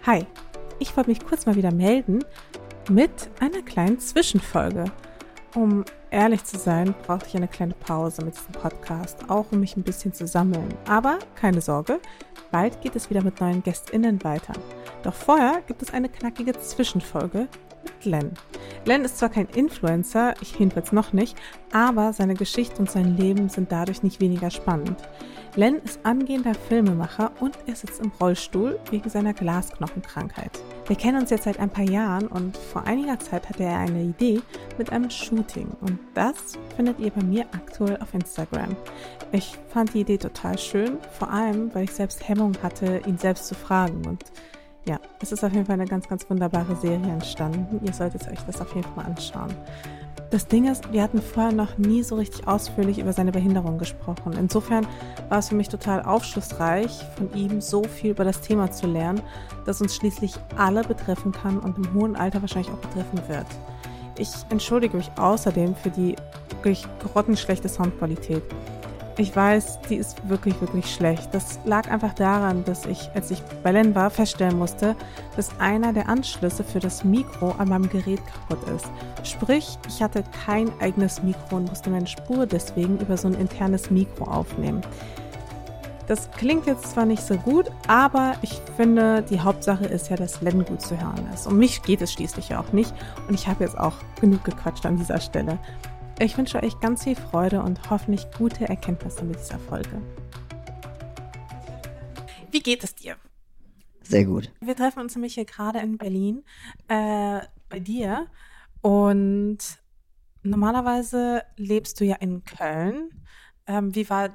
Hi, ich wollte mich kurz mal wieder melden mit einer kleinen Zwischenfolge. Um ehrlich zu sein, brauchte ich eine kleine Pause mit diesem Podcast, auch um mich ein bisschen zu sammeln. Aber keine Sorge, bald geht es wieder mit neuen GästInnen weiter. Doch vorher gibt es eine knackige Zwischenfolge mit Len. Len ist zwar kein Influencer, ich jedenfalls noch nicht, aber seine Geschichte und sein Leben sind dadurch nicht weniger spannend. Len ist angehender Filmemacher und er sitzt im Rollstuhl wegen seiner Glasknochenkrankheit. Wir kennen uns jetzt seit ein paar Jahren und vor einiger Zeit hatte er eine Idee mit einem Shooting und das findet ihr bei mir aktuell auf Instagram. Ich fand die Idee total schön, vor allem, weil ich selbst Hemmung hatte, ihn selbst zu fragen und ja, es ist auf jeden Fall eine ganz, ganz wunderbare Serie entstanden. Ihr solltet euch das auf jeden Fall mal anschauen. Das Ding ist, wir hatten vorher noch nie so richtig ausführlich über seine Behinderung gesprochen. Insofern war es für mich total aufschlussreich, von ihm so viel über das Thema zu lernen, das uns schließlich alle betreffen kann und im hohen Alter wahrscheinlich auch betreffen wird. Ich entschuldige mich außerdem für die wirklich grottenschlechte Soundqualität. Ich weiß, die ist wirklich, wirklich schlecht. Das lag einfach daran, dass ich, als ich bei Len war, feststellen musste, dass einer der Anschlüsse für das Mikro an meinem Gerät kaputt ist. Sprich, ich hatte kein eigenes Mikro und musste meine Spur deswegen über so ein internes Mikro aufnehmen. Das klingt jetzt zwar nicht so gut, aber ich finde, die Hauptsache ist ja, dass Len gut zu hören ist. Um mich geht es schließlich ja auch nicht und ich habe jetzt auch genug gequatscht an dieser Stelle. Ich wünsche euch ganz viel Freude und hoffentlich gute Erkenntnisse mit dieser Folge. Wie geht es dir? Sehr gut. Wir treffen uns nämlich hier gerade in Berlin bei dir und normalerweise lebst du ja in Köln. Wie war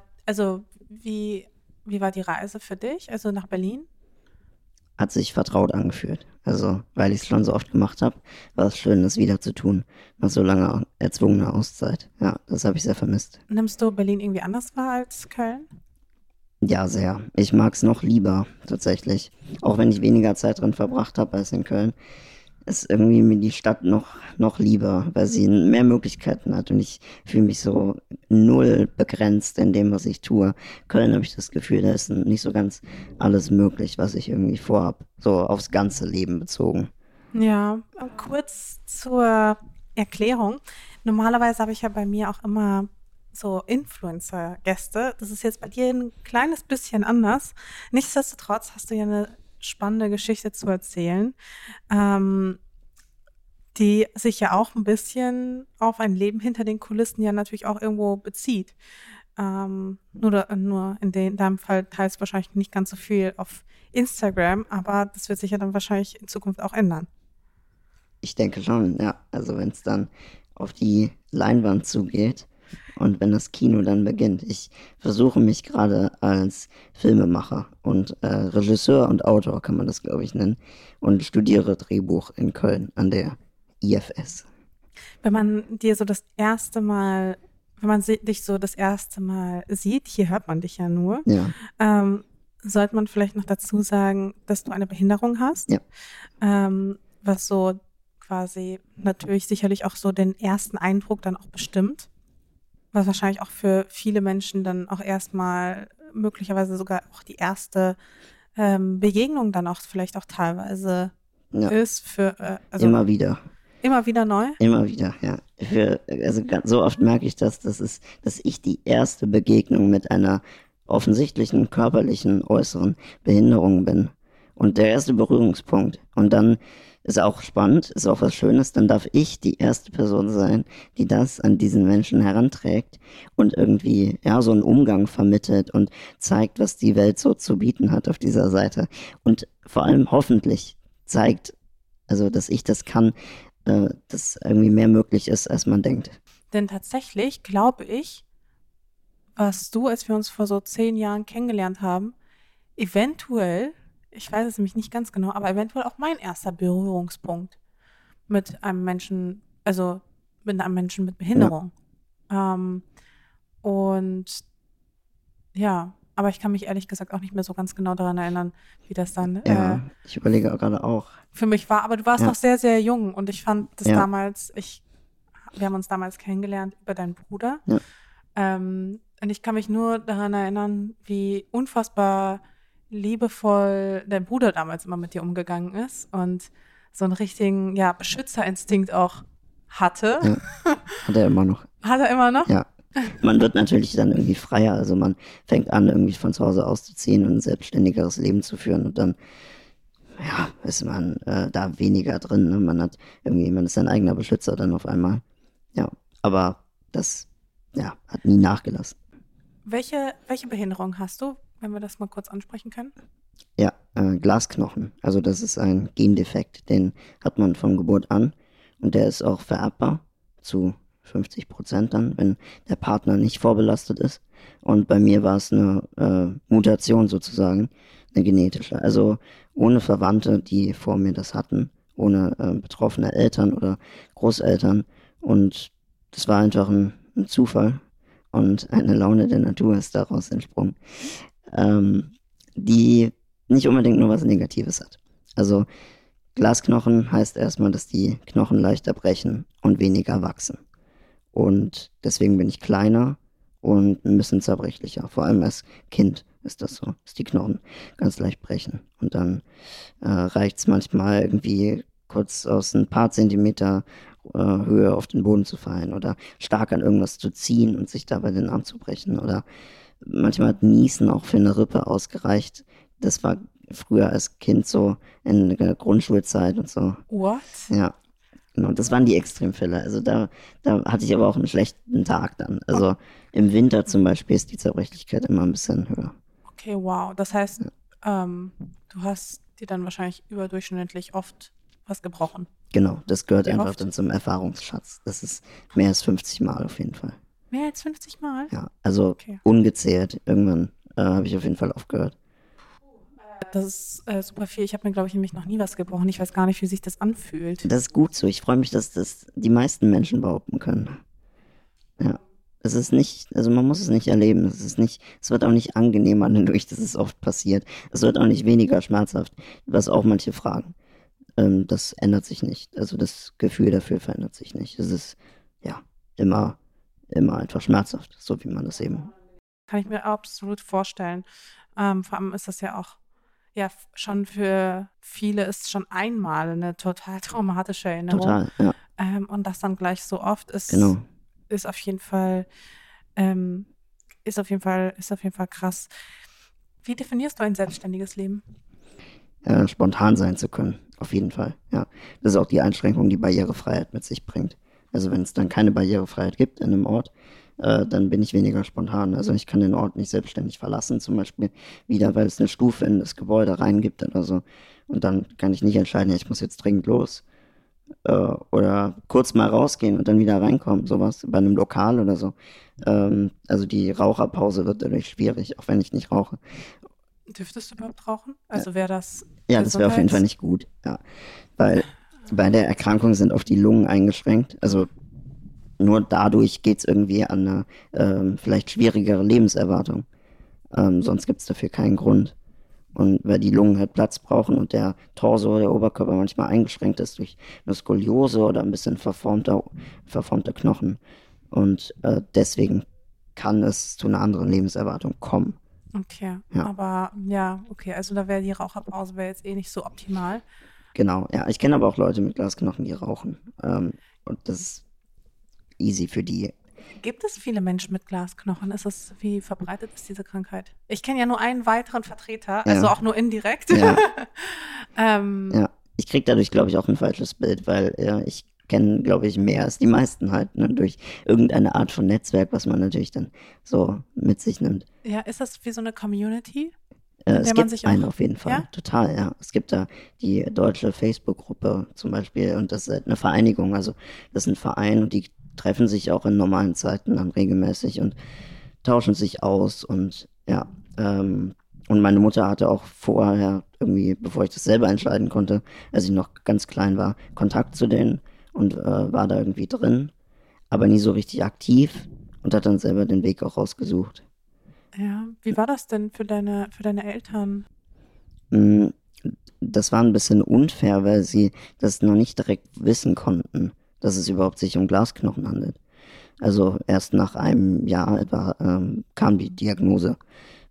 die Reise für dich, also nach Berlin? Hat sich vertraut angefühlt. Also, weil ich es schon so oft gemacht habe, war es schön, das wieder zu tun. Nach so langer erzwungener Auszeit. Ja, das habe ich sehr vermisst. Nimmst du Berlin irgendwie anders wahr als Köln? Ja, sehr. Ich mag es noch lieber, tatsächlich. Auch wenn ich weniger Zeit drin verbracht habe als in Köln, ist irgendwie mir die Stadt noch lieber, weil sie mehr Möglichkeiten hat und ich fühle mich so null begrenzt in dem, was ich tue. Köln habe ich das Gefühl, da ist nicht so ganz alles möglich, was ich irgendwie vorhab, so aufs ganze Leben bezogen. Ja, kurz zur Erklärung. Normalerweise habe ich ja bei mir auch immer so Influencer-Gäste. Das ist jetzt bei dir ein kleines bisschen anders. Nichtsdestotrotz hast du ja eine spannende Geschichte zu erzählen, die sich ja auch ein bisschen auf ein Leben hinter den Kulissen ja natürlich auch irgendwo bezieht. Nur in deinem Fall teilst du wahrscheinlich nicht ganz so viel auf Instagram, aber das wird sich ja dann wahrscheinlich in Zukunft auch ändern. Ich denke schon, ja. Also wenn es dann auf die Leinwand zugeht und wenn das Kino dann beginnt. Ich versuche mich gerade als Filmemacher und Regisseur und Autor, kann man das, glaube ich, nennen, und studiere Drehbuch in Köln an der IFS. Wenn man dir so das erste Mal, wenn man dich so das erste Mal sieht, hier hört man dich ja nur, Ja, sollte man vielleicht noch dazu sagen, dass du eine Behinderung hast, ja. Was so quasi natürlich sicherlich auch so den ersten Eindruck dann auch bestimmt, was wahrscheinlich auch für viele Menschen dann auch erstmal möglicherweise sogar auch die erste Begegnung dann auch vielleicht auch teilweise Ja, ist für also immer wieder. immer wieder neu. Immer wieder, ja. Also so oft merke ich das, dass ich die erste Begegnung mit einer offensichtlichen körperlichen äußeren Behinderung bin. Und der erste Berührungspunkt. Und dann ist auch spannend, ist auch was Schönes, dann darf ich die erste Person sein, die das an diesen Menschen heranträgt und irgendwie, ja, so einen Umgang vermittelt und zeigt, was die Welt so zu bieten hat auf dieser Seite. Und vor allem hoffentlich zeigt, also, dass ich das kann, dass irgendwie mehr möglich ist, als man denkt. Denn tatsächlich glaube ich, was du, als wir uns vor so 10 Jahren kennengelernt haben, eventuell, ich weiß es nämlich nicht ganz genau, aber eventuell auch mein erster Berührungspunkt mit einem Menschen, also mit einem Menschen mit Behinderung. Und ja, aber ich kann mich ehrlich gesagt auch nicht mehr so ganz genau daran erinnern, wie das dann Ja, ich überlege gerade auch. für mich war. Aber du warst Ja. noch sehr, sehr jung und ich fand das Ja. damals, wir haben uns damals kennengelernt über deinen Bruder. Ja. Und ich kann mich nur daran erinnern, wie unfassbar liebevoll dein Bruder damals immer mit dir umgegangen ist und so einen richtigen, ja, Beschützerinstinkt auch hatte. Ja, hat er immer noch. Hat er immer noch? Ja. Man wird natürlich dann irgendwie freier, also man fängt an, irgendwie von zu Hause auszuziehen und ein selbstständigeres Leben zu führen und dann, ja, ist man da weniger drin, ne? Man ist sein eigener Beschützer dann auf einmal. Ja, aber das, ja, hat nie nachgelassen. Welche Behinderung hast du, wenn wir das mal kurz ansprechen können? Ja, Glasknochen, also das ist ein Gendefekt, den hat man von Geburt an und der ist auch vererbbar zu 50% dann, wenn der Partner nicht vorbelastet ist. Und bei mir war es eine Mutation sozusagen, eine genetische. Also ohne Verwandte, die vor mir das hatten, ohne betroffene Eltern oder Großeltern. Und das war einfach ein Zufall und eine Laune der Natur ist daraus entsprungen, die nicht unbedingt nur was Negatives hat. Also Glasknochen heißt erstmal, dass die Knochen leichter brechen und weniger wachsen. Und deswegen bin ich kleiner und ein bisschen zerbrechlicher. Vor allem als Kind ist das so, dass die Knochen ganz leicht brechen. Und dann reicht es manchmal irgendwie kurz aus ein paar Zentimeter Höhe auf den Boden zu fallen oder stark an irgendwas zu ziehen und sich dabei den Arm zu brechen. Oder manchmal hat Niesen auch für eine Rippe ausgereicht. Das war früher als Kind so in der Grundschulzeit und so. What? Ja. Genau, das waren die Extremfälle. Also da hatte ich aber auch einen schlechten Tag dann. Also im Winter zum Beispiel ist die Zerbrechlichkeit immer ein bisschen höher. Okay, wow. Das heißt, du hast dir dann wahrscheinlich überdurchschnittlich oft was gebrochen. Genau, das gehört Wie einfach oft? dann zum Erfahrungsschatz. Das ist mehr als 50 Mal auf jeden Fall. Mehr als 50 Mal? Ja, also Okay. ungezählt. Irgendwann habe ich auf jeden Fall aufgehört. Das ist super viel. Ich habe mir, glaube ich, nämlich noch nie was gebrochen. Ich weiß gar nicht, wie sich das anfühlt. Das ist gut so. Ich freue mich, dass das die meisten Menschen behaupten können. Ja. Es ist nicht, also man muss es nicht erleben. Es wird auch nicht angenehmer dadurch, dass es oft passiert. Es wird auch nicht weniger schmerzhaft, was auch manche fragen. Das ändert sich nicht. Also das Gefühl dafür verändert sich nicht. Es ist, ja, immer einfach schmerzhaft, so wie man das eben. Kann ich mir absolut vorstellen. Vor allem ist das ja auch, ja, schon für viele ist schon einmal eine total traumatische Erinnerung. Total, ja, Und das dann gleich so oft genau. ist auf jeden Fall, ist auf jeden Fall krass. Wie definierst du ein selbstständiges Leben? Spontan sein zu können, auf jeden Fall, ja. Das ist auch die Einschränkung, die Barrierefreiheit mit sich bringt. Also wenn es dann keine Barrierefreiheit gibt in einem Ort, dann bin ich weniger spontan. Also ich kann den Ort nicht selbstständig verlassen, zum Beispiel wieder, weil es eine Stufe in das Gebäude reingibt oder so. Und dann kann ich nicht entscheiden, ja, ich muss jetzt dringend los. Oder kurz mal rausgehen und dann wieder reinkommen, sowas, bei einem Lokal oder so. Also die Raucherpause wird dadurch schwierig, auch wenn ich nicht rauche. Dürftest du überhaupt rauchen? Also wäre das Ja, das wäre auf jeden Fall nicht gut, ja. Weil bei der Erkrankung sind oft die Lungen eingeschränkt. Also nur dadurch geht es irgendwie an eine vielleicht schwierigere Lebenserwartung. Sonst gibt es dafür keinen Grund. Und weil die Lungen halt Platz brauchen und der Torso, der Oberkörper manchmal eingeschränkt ist durch eine Skoliose oder ein bisschen verformte Knochen. Und deswegen kann es zu einer anderen Lebenserwartung kommen. Okay, Ja. aber ja, okay, also da wäre die Raucherpause wäre jetzt eh nicht so optimal. Genau, ja. Ich kenne aber auch Leute mit Glasknochen, die rauchen. Und das ist easy für die. Gibt es viele Menschen mit Glasknochen? Wie verbreitet ist diese Krankheit? Ich kenne ja nur einen weiteren Vertreter, also auch nur indirekt. Ja. Ähm, Ja, ich kriege dadurch, glaube ich, auch ein falsches Bild, weil ich kenne, glaube ich, mehr als die meisten halt, ne, durch irgendeine Art von Netzwerk, was man natürlich dann so mit sich nimmt. ja, ist das wie so eine Community? in der Es man gibt sich einen auch, auf jeden Fall, ja? total, ja. Es gibt da die deutsche Facebook-Gruppe zum Beispiel und das ist halt eine Vereinigung, also das ist ein Verein und die treffen sich auch in normalen Zeiten dann regelmäßig und tauschen sich aus und ja, und meine Mutter hatte auch vorher irgendwie, bevor ich das selber entscheiden konnte, als ich noch ganz klein war, Kontakt zu denen und war da irgendwie drin, aber nie so richtig aktiv und hat dann selber den Weg auch rausgesucht. Ja, wie war das denn für deine Eltern? Mm, Das war ein bisschen unfair, weil sie das noch nicht direkt wissen konnten, dass es überhaupt sich um Glasknochen handelt. Also erst nach einem Jahr etwa kam die Diagnose.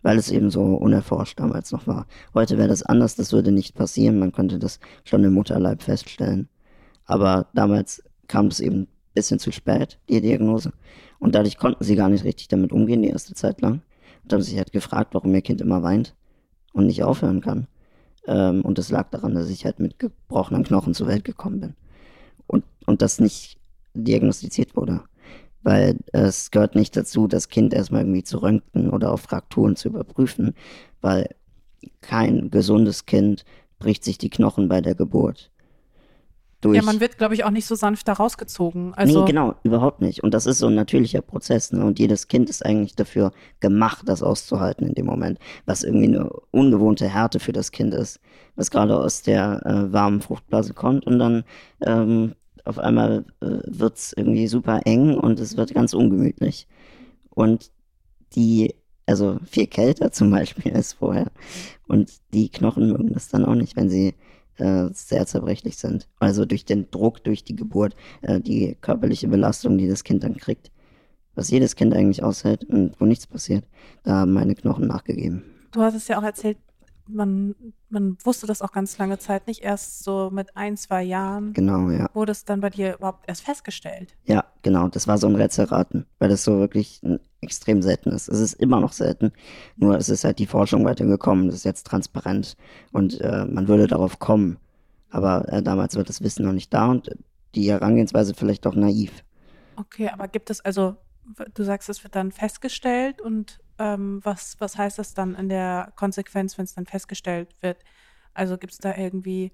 weil es eben so unerforscht damals noch war. Heute wäre das anders, das würde nicht passieren, man könnte das schon im Mutterleib feststellen. Aber damals kam es eben ein bisschen zu spät, die Diagnose. Und dadurch konnten sie gar nicht richtig damit umgehen, die erste Zeit lang. Und haben sich halt gefragt, warum ihr Kind immer weint und nicht aufhören kann. Und es lag daran, dass ich halt mit gebrochenen Knochen zur Welt gekommen bin. Und das nicht diagnostiziert wurde. Weil es gehört nicht dazu, das Kind erstmal irgendwie zu röntgen oder auf Frakturen zu überprüfen, weil kein gesundes Kind bricht sich die Knochen bei der Geburt. Ja, man wird, glaube ich, auch nicht so sanft da rausgezogen. Also, Nee, genau, überhaupt nicht. Und das ist so ein natürlicher Prozess, ne? Und jedes Kind ist eigentlich dafür gemacht, das auszuhalten in dem Moment, was irgendwie eine ungewohnte Härte für das Kind ist, was gerade aus der warmen Fruchtblase kommt und dann auf einmal wird's irgendwie super eng und es wird ganz ungemütlich. Und also viel kälter zum Beispiel als vorher. Und die Knochen mögen das dann auch nicht, wenn sie sehr zerbrechlich sind. Also durch den Druck, durch die Geburt, die körperliche Belastung, die das Kind dann kriegt, was jedes Kind eigentlich aushält und wo nichts passiert, da haben meine Knochen nachgegeben. du hast es ja auch erzählt, man wusste das auch ganz lange Zeit nicht. Erst so mit 1, 2 Jahren Genau, ja. wurde es dann bei dir überhaupt erst festgestellt. Ja, genau. Das war so ein Rätselraten, weil das so wirklich extrem selten ist. Es ist immer noch selten, nur es ist halt die Forschung weitergekommen. Das ist jetzt transparent und man würde darauf kommen. Aber damals war das Wissen noch nicht da und die Herangehensweise vielleicht auch naiv. Okay, aber gibt es also, du sagst, es wird dann festgestellt und was heißt das dann in der Konsequenz, wenn es dann festgestellt wird? Also gibt es da irgendwie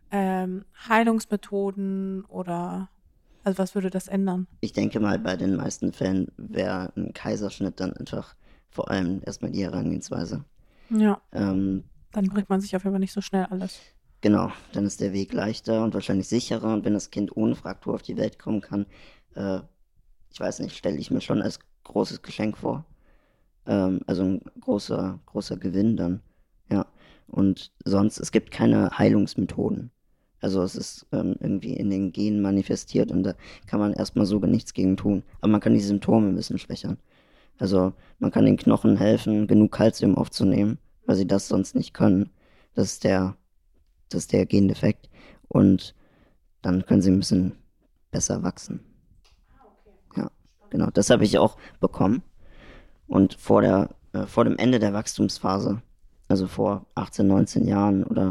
Heilungsmethoden oder, also was würde das ändern? Ich denke mal, bei den meisten Fällen wäre ein Kaiserschnitt dann einfach vor allem erstmal die Herangehensweise. Ja, Ähm, dann bringt man sich auf jeden Fall nicht so schnell alles. Genau, dann ist der Weg leichter und wahrscheinlich sicherer. Und wenn das Kind ohne Fraktur auf die Welt kommen kann, ich weiß nicht, stelle ich mir schon als großes Geschenk vor. Also ein großer Gewinn dann. Ja. Und sonst, es gibt keine Heilungsmethoden. Also es ist irgendwie in den Genen manifestiert und da kann man erstmal so nichts gegen tun. Aber man kann die Symptome ein bisschen schwächern. Also man kann den Knochen helfen, genug Kalzium aufzunehmen, weil sie das sonst nicht können. Das ist der Gendefekt. Und dann können sie ein bisschen besser wachsen. Ja, genau. Das habe ich auch bekommen. Und vor dem Ende der Wachstumsphase, also vor 18, 19 Jahren oder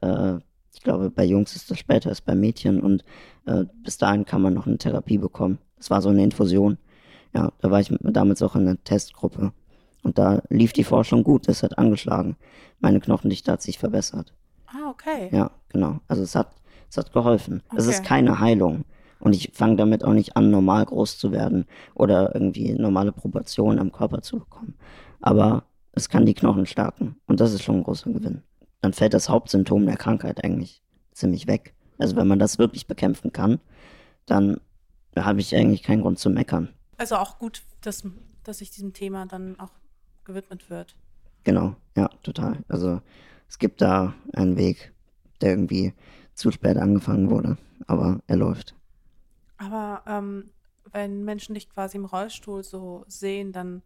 ich glaube, bei Jungs ist das später als bei Mädchen und bis dahin kann man noch eine Therapie bekommen. Das war so eine Infusion. Ja, da war ich damals auch in einer Testgruppe. Und da lief die Forschung gut, das hat angeschlagen. Meine Knochendichte hat sich verbessert. Ah, okay. Ja, genau. Also es hat geholfen. Es Okay. ist keine Heilung. Und ich fange damit auch nicht an, normal groß zu werden oder irgendwie normale Proportionen am Körper zu bekommen. Aber es kann die Knochen stärken. Und das ist schon ein großer Gewinn. Dann fällt das Hauptsymptom der Krankheit eigentlich ziemlich weg. Also wenn man das wirklich bekämpfen kann, dann habe ich eigentlich keinen Grund zu meckern. Also auch gut, dass sich diesem Thema dann auch gewidmet wird. Genau, ja, total. Also es gibt da einen Weg, der irgendwie zu spät angefangen wurde, aber er läuft. Aber wenn Menschen dich quasi im Rollstuhl so sehen, dann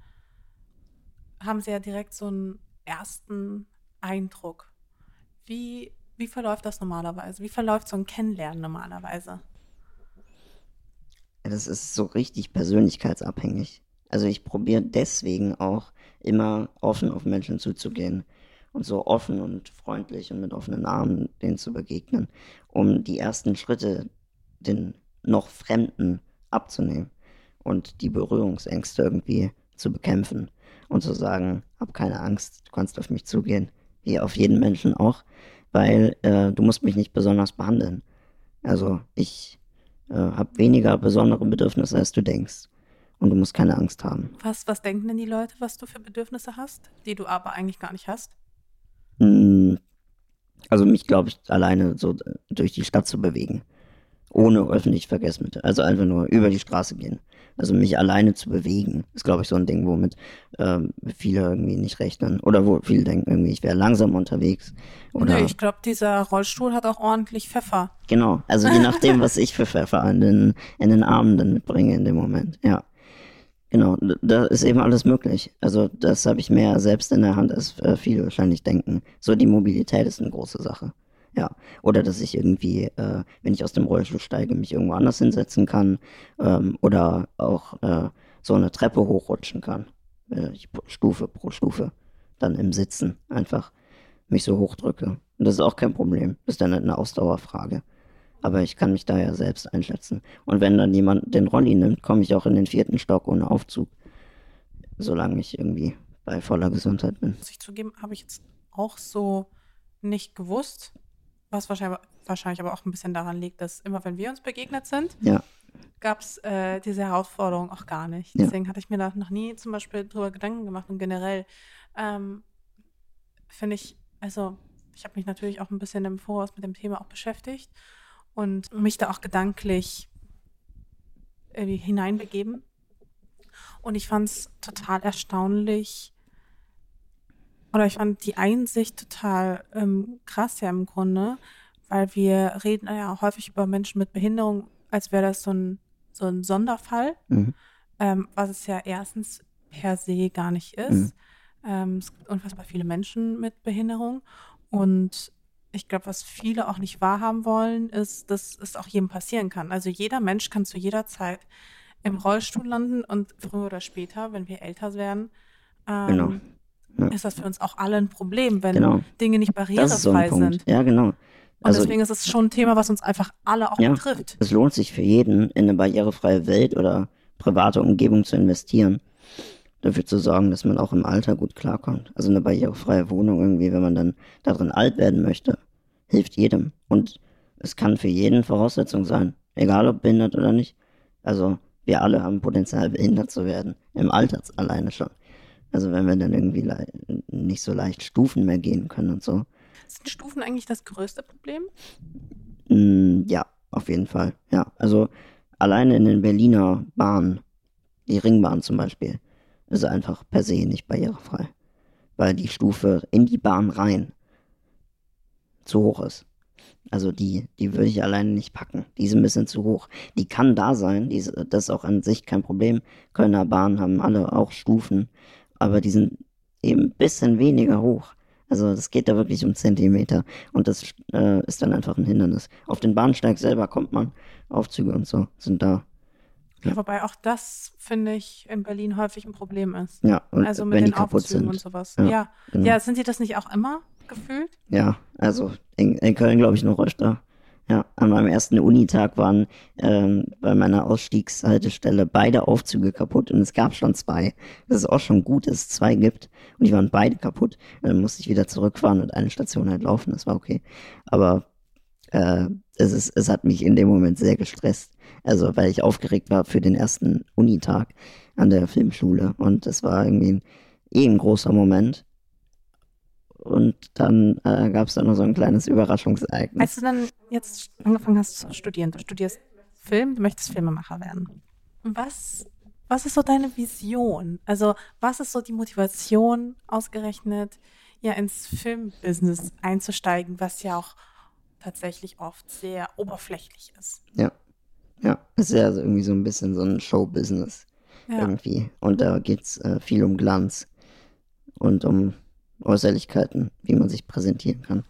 haben sie ja direkt so einen ersten Eindruck. Wie verläuft das normalerweise? Wie verläuft so ein Kennenlernen normalerweise? Ja, das ist so richtig persönlichkeitsabhängig. Also ich probiere deswegen auch immer offen auf Menschen zuzugehen und so offen und freundlich und mit offenen Armen denen zu begegnen, um die ersten Schritte den noch Fremden abzunehmen und die Berührungsängste irgendwie zu bekämpfen und zu sagen, hab keine Angst, du kannst auf mich zugehen, wie auf jeden Menschen auch, weil du musst mich nicht besonders behandeln. Also ich habe weniger besondere Bedürfnisse, als du denkst. Und du musst keine Angst haben. Was denken denn die Leute, was du für Bedürfnisse hast, die du aber eigentlich gar nicht hast? Also mich, glaube ich, alleine so durch die Stadt zu bewegen. Ohne öffentliche Verkehrsmittel. Also einfach nur über die Straße gehen. Also mich alleine zu bewegen, ist, glaube ich, so ein Ding, womit viele irgendwie nicht rechnen. Oder wo viele denken irgendwie, ich wäre langsam unterwegs. Oder Nee, ich glaube, dieser Rollstuhl hat auch ordentlich Pfeffer. genau, also je nachdem, was ich für Pfeffer in den Armen dann mitbringe in dem Moment, ja. Genau, da ist eben alles möglich. Also das habe ich mehr selbst in der Hand, als viele wahrscheinlich denken. So die Mobilität ist eine große Sache. Ja, oder dass ich irgendwie, wenn ich aus dem Rollstuhl steige, mich irgendwo anders hinsetzen kann, oder auch so eine Treppe hochrutschen kann. Ich Stufe pro Stufe, dann im Sitzen einfach mich so hochdrücke. Und das ist auch kein Problem. Das ist dann eine Ausdauerfrage. Aber ich kann mich da ja selbst einschätzen. Und wenn dann jemand den Rolli nimmt, komme ich auch in den 4. Stock ohne Aufzug, solange ich irgendwie bei voller Gesundheit bin. Muss ich zugeben, habe ich jetzt auch so nicht gewusst, was wahrscheinlich aber auch ein bisschen daran liegt, dass immer, wenn wir uns begegnet sind, Ja, gab es diese Herausforderung auch gar nicht. Ja. Deswegen hatte ich mir da noch nie zum Beispiel drüber Gedanken gemacht und generell finde ich, also ich habe mich natürlich auch ein bisschen im Voraus mit dem Thema auch beschäftigt und mich da auch gedanklich irgendwie hineinbegeben. Und ich fand es total erstaunlich, oder ich fand die Einsicht total krass ja im Grunde, weil wir reden ja häufig über Menschen mit Behinderung, als wäre das so ein Sonderfall, Mhm. was es ja erstens per se gar nicht ist. Es gibt unfassbar viele Menschen mit Behinderung und ich glaube, was viele auch nicht wahrhaben wollen, ist, dass es auch jedem passieren kann. Also jeder Mensch kann zu jeder Zeit im Rollstuhl landen und früher oder später, wenn wir älter werden, Genau. Ja. ist das für uns auch alle ein Problem, wenn Genau. Dinge nicht Das ist so ein barrierefrei Punkt. sind. Ja, genau. Und Also deswegen ist es schon ein Thema, was uns einfach alle auch ja, betrifft. es lohnt sich für jeden, in eine barrierefreie Welt oder private Umgebung zu investieren, dafür zu sorgen, dass man auch im Alter gut klarkommt. Also eine barrierefreie Wohnung irgendwie, wenn man dann darin alt werden möchte, hilft jedem. Und es kann für jeden Voraussetzung sein, egal ob behindert oder nicht. Also wir alle haben Potenzial, behindert zu werden, im Alter alleine schon. Also wenn wir dann irgendwie nicht so leicht Stufen mehr gehen können und so. Sind Stufen eigentlich das größte Problem? Ja, auf jeden Fall. Ja, also alleine in den Berliner Bahnen, die Ringbahn zum Beispiel, ist einfach per se nicht barrierefrei, weil die Stufe in die Bahn rein zu hoch ist. Also die würde ich alleine nicht packen. Die ist ein bisschen zu hoch. Die kann da sein, das ist auch an sich kein Problem. Kölner Bahnen haben alle auch Stufen, aber die sind eben ein bisschen weniger hoch. Also das geht da wirklich um Zentimeter und das ist dann einfach ein Hindernis. Auf den Bahnsteig selber kommt man, Aufzüge und so sind da. Ja, wobei auch das, finde ich, in Berlin häufig ein Problem ist. Ja, und Also mit wenn die den kaputt Aufzügen sind. und sowas. Ja, Ja. genau. Ja, sind sie das nicht auch immer gefühlt? Ja, also in Köln glaube ich noch öfter. Ja, an meinem ersten Unitag waren bei meiner Ausstiegshaltestelle beide Aufzüge kaputt und es gab schon 2. Das ist auch schon gut, dass es 2 gibt und die waren beide kaputt. Dann musste ich wieder zurückfahren und eine Station halt laufen, das war okay. Aber es hat mich in dem Moment sehr gestresst. Also weil ich aufgeregt war für den ersten Unitag an der Filmschule und das war irgendwie ein großer Moment. Und dann gab es da noch so ein kleines Überraschungsereignis. Als du dann jetzt angefangen hast zu studieren, du studierst Film, du möchtest Filmemacher werden. Was ist so deine Vision? Also was ist so die Motivation ausgerechnet, ja ins Filmbusiness einzusteigen, was ja auch tatsächlich oft sehr oberflächlich ist? Ja, es ist ja also irgendwie so ein bisschen so ein Showbusiness Ja. irgendwie. Und da geht's viel um Glanz und um Äußerlichkeiten, wie man sich präsentieren kann.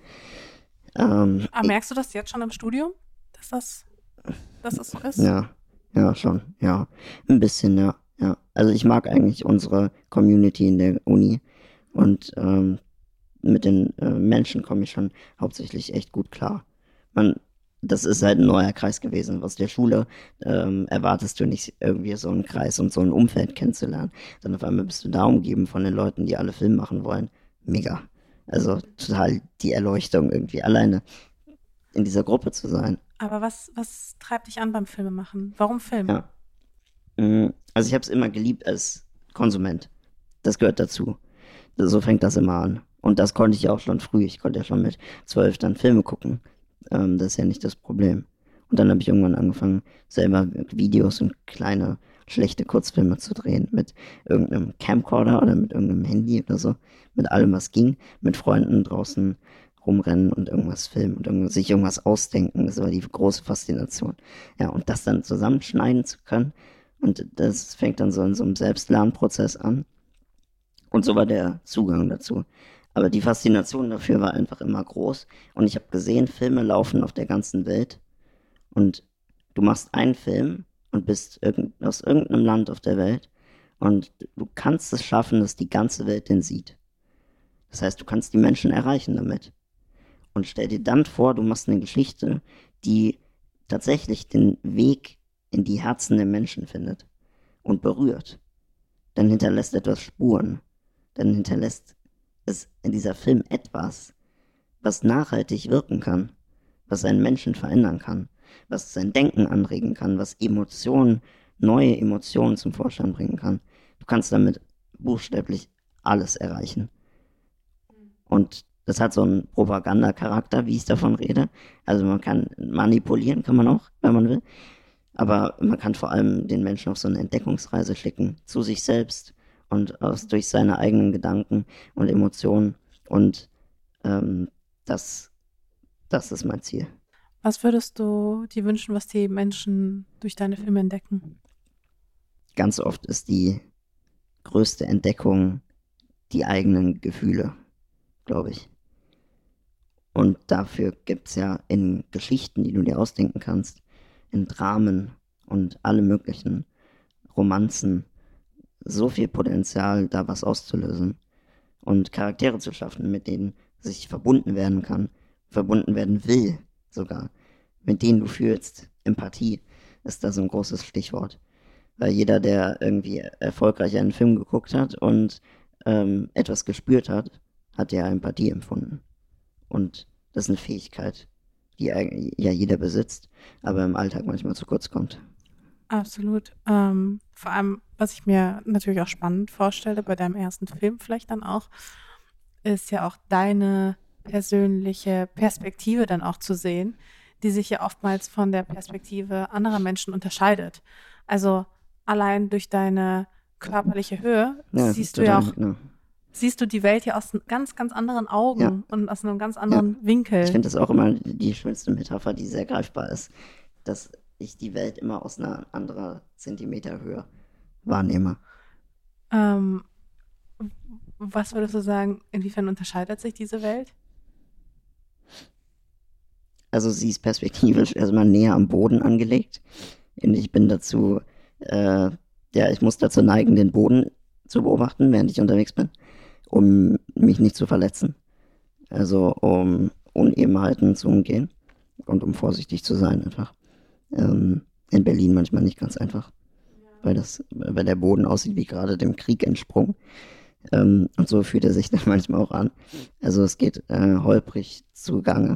Aber merkst du das jetzt schon im Studium, dass das so ist? Ja, schon, ja. Ein bisschen, ja. Also ich mag eigentlich unsere Community in der Uni und mit den Menschen komme ich schon hauptsächlich echt gut klar. Das ist halt ein neuer Kreis gewesen. Aus der Schule erwartest du nicht irgendwie so einen Kreis und so ein Umfeld kennenzulernen, sondern auf einmal bist du da umgeben von den Leuten, die alle Film machen wollen. Mega. Also total die Erleuchtung irgendwie, alleine in dieser Gruppe zu sein. Aber was treibt dich an beim Filmemachen? Warum Film? Ja. Also ich habe es immer geliebt als Konsument. Das gehört dazu. So fängt das immer an. Und das konnte ich ja auch schon früh. Ich konnte ja schon mit 12 dann Filme gucken. Das ist ja nicht das Problem. Und dann habe ich irgendwann angefangen, selber Videos und kleine, schlechte Kurzfilme zu drehen. Mit irgendeinem Camcorder oder mit irgendeinem Handy oder so. Mit allem, was ging. Mit Freunden draußen rumrennen und irgendwas filmen und sich irgendwas ausdenken. Das war die große Faszination. Ja, und das dann zusammenschneiden zu können Und das fängt dann so in so einem Selbstlernprozess an. Und so war der Zugang dazu. Aber die Faszination dafür war einfach immer groß. Und ich habe gesehen, Filme laufen auf der ganzen Welt. Und du machst einen Film und bist aus irgendeinem Land auf der Welt. Und du kannst es schaffen, dass die ganze Welt den sieht. Das heißt, du kannst die Menschen erreichen damit. Und stell dir dann vor, du machst eine Geschichte, die tatsächlich den Weg in die Herzen der Menschen findet und berührt. Dann hinterlässt etwas Spuren. Dann hinterlässt es in dieser Film etwas, was nachhaltig wirken kann, was einen Menschen verändern kann, was sein Denken anregen kann, was Emotionen, neue Emotionen zum Vorschein bringen kann. Du kannst damit buchstäblich alles erreichen. Und das hat so einen Propagandacharakter, wie ich davon rede. Also man kann manipulieren, kann man auch, wenn man will. Aber man kann vor allem den Menschen auf so eine Entdeckungsreise schicken, zu sich selbst und durch seine eigenen Gedanken und Emotionen. Und das ist mein Ziel. Was würdest du dir wünschen, was die Menschen durch deine Filme entdecken? Ganz oft ist die größte Entdeckung die eigenen Gefühle, glaube ich. Und dafür gibt es ja in Geschichten, die du dir ausdenken kannst, in Dramen und alle möglichen Romanzen so viel Potenzial, da was auszulösen und Charaktere zu schaffen, mit denen sich verbunden werden kann, verbunden werden will sogar, mit denen du fühlst. Empathie ist da so ein großes Stichwort. Weil jeder, der irgendwie erfolgreich einen Film geguckt hat und etwas gespürt hat, hat ja Empathie empfunden. Und das ist eine Fähigkeit, die ja jeder besitzt, aber im Alltag manchmal zu kurz kommt. Absolut. Vor allem, was ich mir natürlich auch spannend vorstelle, bei deinem ersten Film vielleicht dann auch, ist ja auch deine persönliche Perspektive dann auch zu sehen, die sich ja oftmals von der Perspektive anderer Menschen unterscheidet. Also allein durch deine körperliche Höhe siehst du ja auch, siehst du die Welt ja aus ganz, ganz anderen Augen und aus einem ganz anderen Winkel. Ich finde das auch immer die schönste Metapher, die sehr greifbar ist, dass ich die Welt immer aus einer anderen Zentimeterhöhe wahrnehme. Was würdest du sagen, inwiefern unterscheidet sich diese Welt? Also sie ist perspektivisch erstmal näher am Boden angelegt. Und ich bin dazu, ich muss dazu neigen, den Boden zu beobachten, während ich unterwegs bin, um mich nicht zu verletzen. Also um Unebenheiten zu umgehen und um vorsichtig zu sein einfach. In Berlin manchmal nicht ganz einfach, weil der Boden aussieht wie gerade dem Krieg entsprungen. Und so fühlt er sich dann manchmal auch an. Also es geht holprig zugange.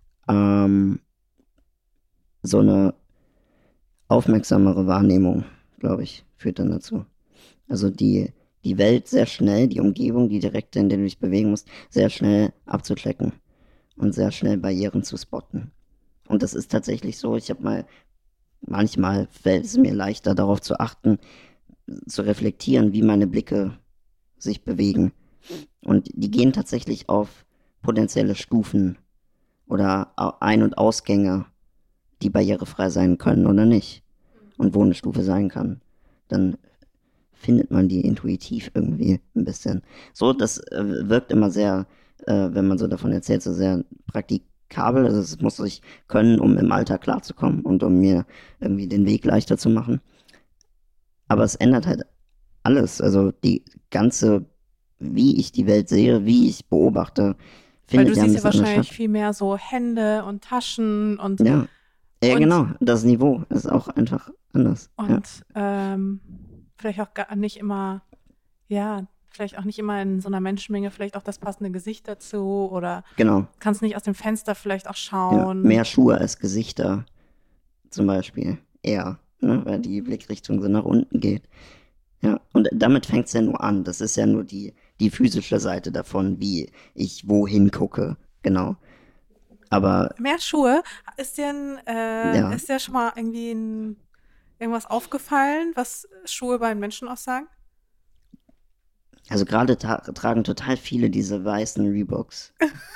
So eine aufmerksamere Wahrnehmung, glaube ich, führt dann dazu. Also die Welt sehr schnell, die Umgebung, die direkte, in der du dich bewegen musst, sehr schnell abzuchecken und sehr schnell Barrieren zu spotten. Und das ist tatsächlich so, manchmal fällt es mir leichter, darauf zu achten, zu reflektieren, wie meine Blicke sich bewegen. Und die gehen tatsächlich auf potenzielle Stufen oder Ein- und Ausgänge, die barrierefrei sein können oder nicht. Und wo eine Stufe sein kann. Dann findet man die intuitiv irgendwie ein bisschen. So, das wirkt immer sehr, wenn man so davon erzählt, so sehr praktikabel. Also es muss ich können, um im Alltag klarzukommen und um mir irgendwie den Weg leichter zu machen. Aber es ändert halt alles. Also die ganze, wie ich die Welt sehe, wie ich beobachte, findet ja ein bisschen anders statt. Weil du siehst ja wahrscheinlich viel mehr so Hände und Taschen und... Ja, genau. Das Niveau ist auch einfach anders. Und vielleicht auch gar nicht immer, vielleicht auch nicht immer in so einer Menschenmenge vielleicht auch das passende Gesicht dazu oder kannst nicht aus dem Fenster vielleicht auch schauen. Ja, mehr Schuhe als Gesichter zum Beispiel, eher, ne, weil die Blickrichtung so nach unten geht. Ja, und damit fängt es ja nur an. Das ist ja nur die physische Seite davon, wie ich wohin gucke, genau. Aber mehr Schuhe, ist dir schon mal irgendwie irgendwas aufgefallen, was Schuhe bei den Menschen aussagen? Also gerade tragen total viele diese weißen Reeboks.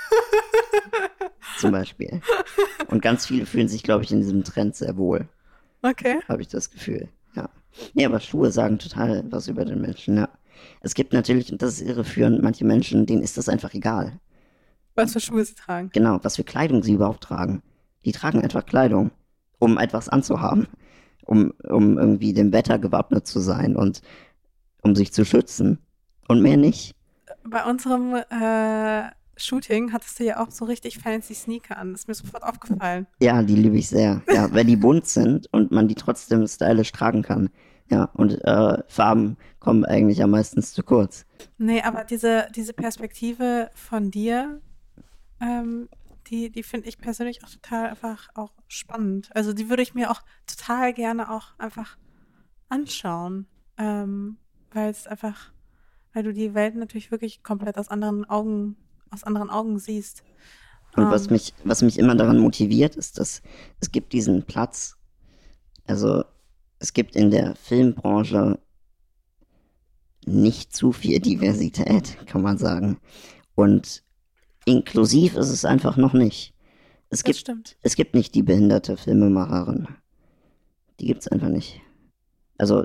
Zum Beispiel. Und ganz viele fühlen sich, glaube ich, in diesem Trend sehr wohl. Okay. Habe ich das Gefühl, ja. Nee, aber Schuhe sagen total was über den Menschen, ja. Es gibt natürlich, und das ist irreführend, manche Menschen, denen ist das einfach egal. Was für Schuhe sie tragen. Genau, was für Kleidung sie überhaupt tragen. Die tragen einfach Kleidung, um etwas anzuhaben, um irgendwie dem Wetter gewappnet zu sein und um sich zu schützen. Und mehr nicht. Bei unserem Shooting hattest du ja auch so richtig fancy Sneaker an. Das ist mir sofort aufgefallen. Ja, die liebe ich sehr. Ja, weil die bunt sind und man die trotzdem stylisch tragen kann. Ja, und Farben kommen eigentlich am meisten zu kurz. Nee, aber diese Perspektive von dir, die finde ich persönlich auch total einfach auch spannend. Also die würde ich mir auch total gerne auch einfach anschauen. Weil es einfach, weil du die Welt natürlich wirklich komplett aus anderen Augen siehst. Und was mich immer daran motiviert, ist, dass es gibt diesen Platz, also es gibt in der Filmbranche nicht zu viel Diversität, kann man sagen. Und inklusiv ist es einfach noch nicht. Es Das gibt, stimmt. es gibt nicht die behinderte Filmemacherin. Die gibt's einfach nicht. Also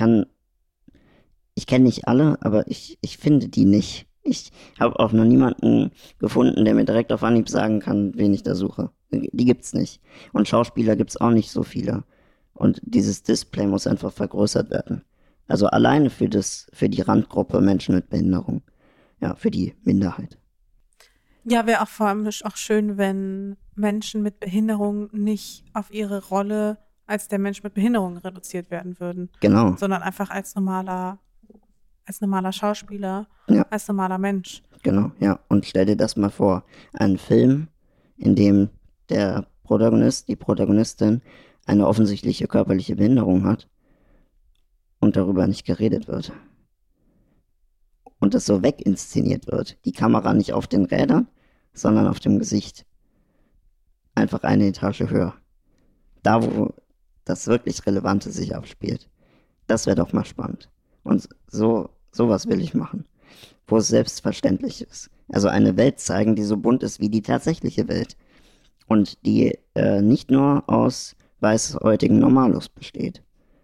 ich kenne nicht alle, aber ich finde die nicht. Ich habe auch noch niemanden gefunden, der mir direkt auf Anhieb sagen kann, wen ich da suche. Die gibt's nicht. Und Schauspieler gibt's auch nicht so viele. Und dieses Display muss einfach vergrößert werden. Also alleine für die Randgruppe Menschen mit Behinderung. Ja, für die Minderheit. Ja, wäre auch vor allem auch schön, wenn Menschen mit Behinderung nicht auf ihre Rolle als der Mensch mit Behinderung reduziert werden würden, Genau. sondern einfach als normaler Schauspieler, Ja, als normaler Mensch. genau. Ja. Und stell dir das mal vor. Ein Film, in dem der Protagonist, die Protagonistin eine offensichtliche körperliche Behinderung hat und darüber nicht geredet wird. Und das so weginszeniert wird. Die Kamera nicht auf den Rädern, sondern auf dem Gesicht. Einfach eine Etage höher. Da, wo das wirklich Relevante sich abspielt. Das wäre doch mal spannend. Und sowas will ich machen. Wo es selbstverständlich ist. Also eine Welt zeigen, die so bunt ist wie die tatsächliche Welt. Und die nicht nur aus weißhäutigen Normalos besteht.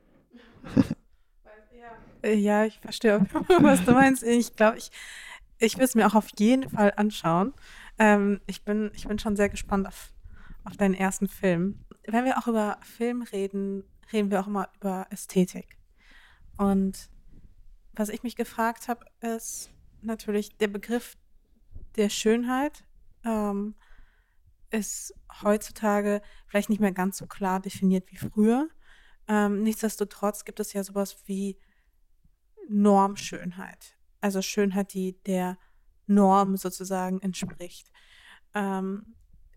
Ja, ich verstehe, was du meinst. Ich glaube, ich will es mir auch auf jeden Fall anschauen. Ich bin schon sehr gespannt auf deinen ersten Film. Wenn wir auch über Film reden, reden wir auch immer über Ästhetik. Und was ich mich gefragt habe, ist natürlich der Begriff der Schönheit ähm, ist heutzutage vielleicht nicht mehr ganz so klar definiert wie früher. Nichtsdestotrotz gibt es ja sowas wie Normschönheit. Also Schönheit, die der Norm sozusagen entspricht. Ähm,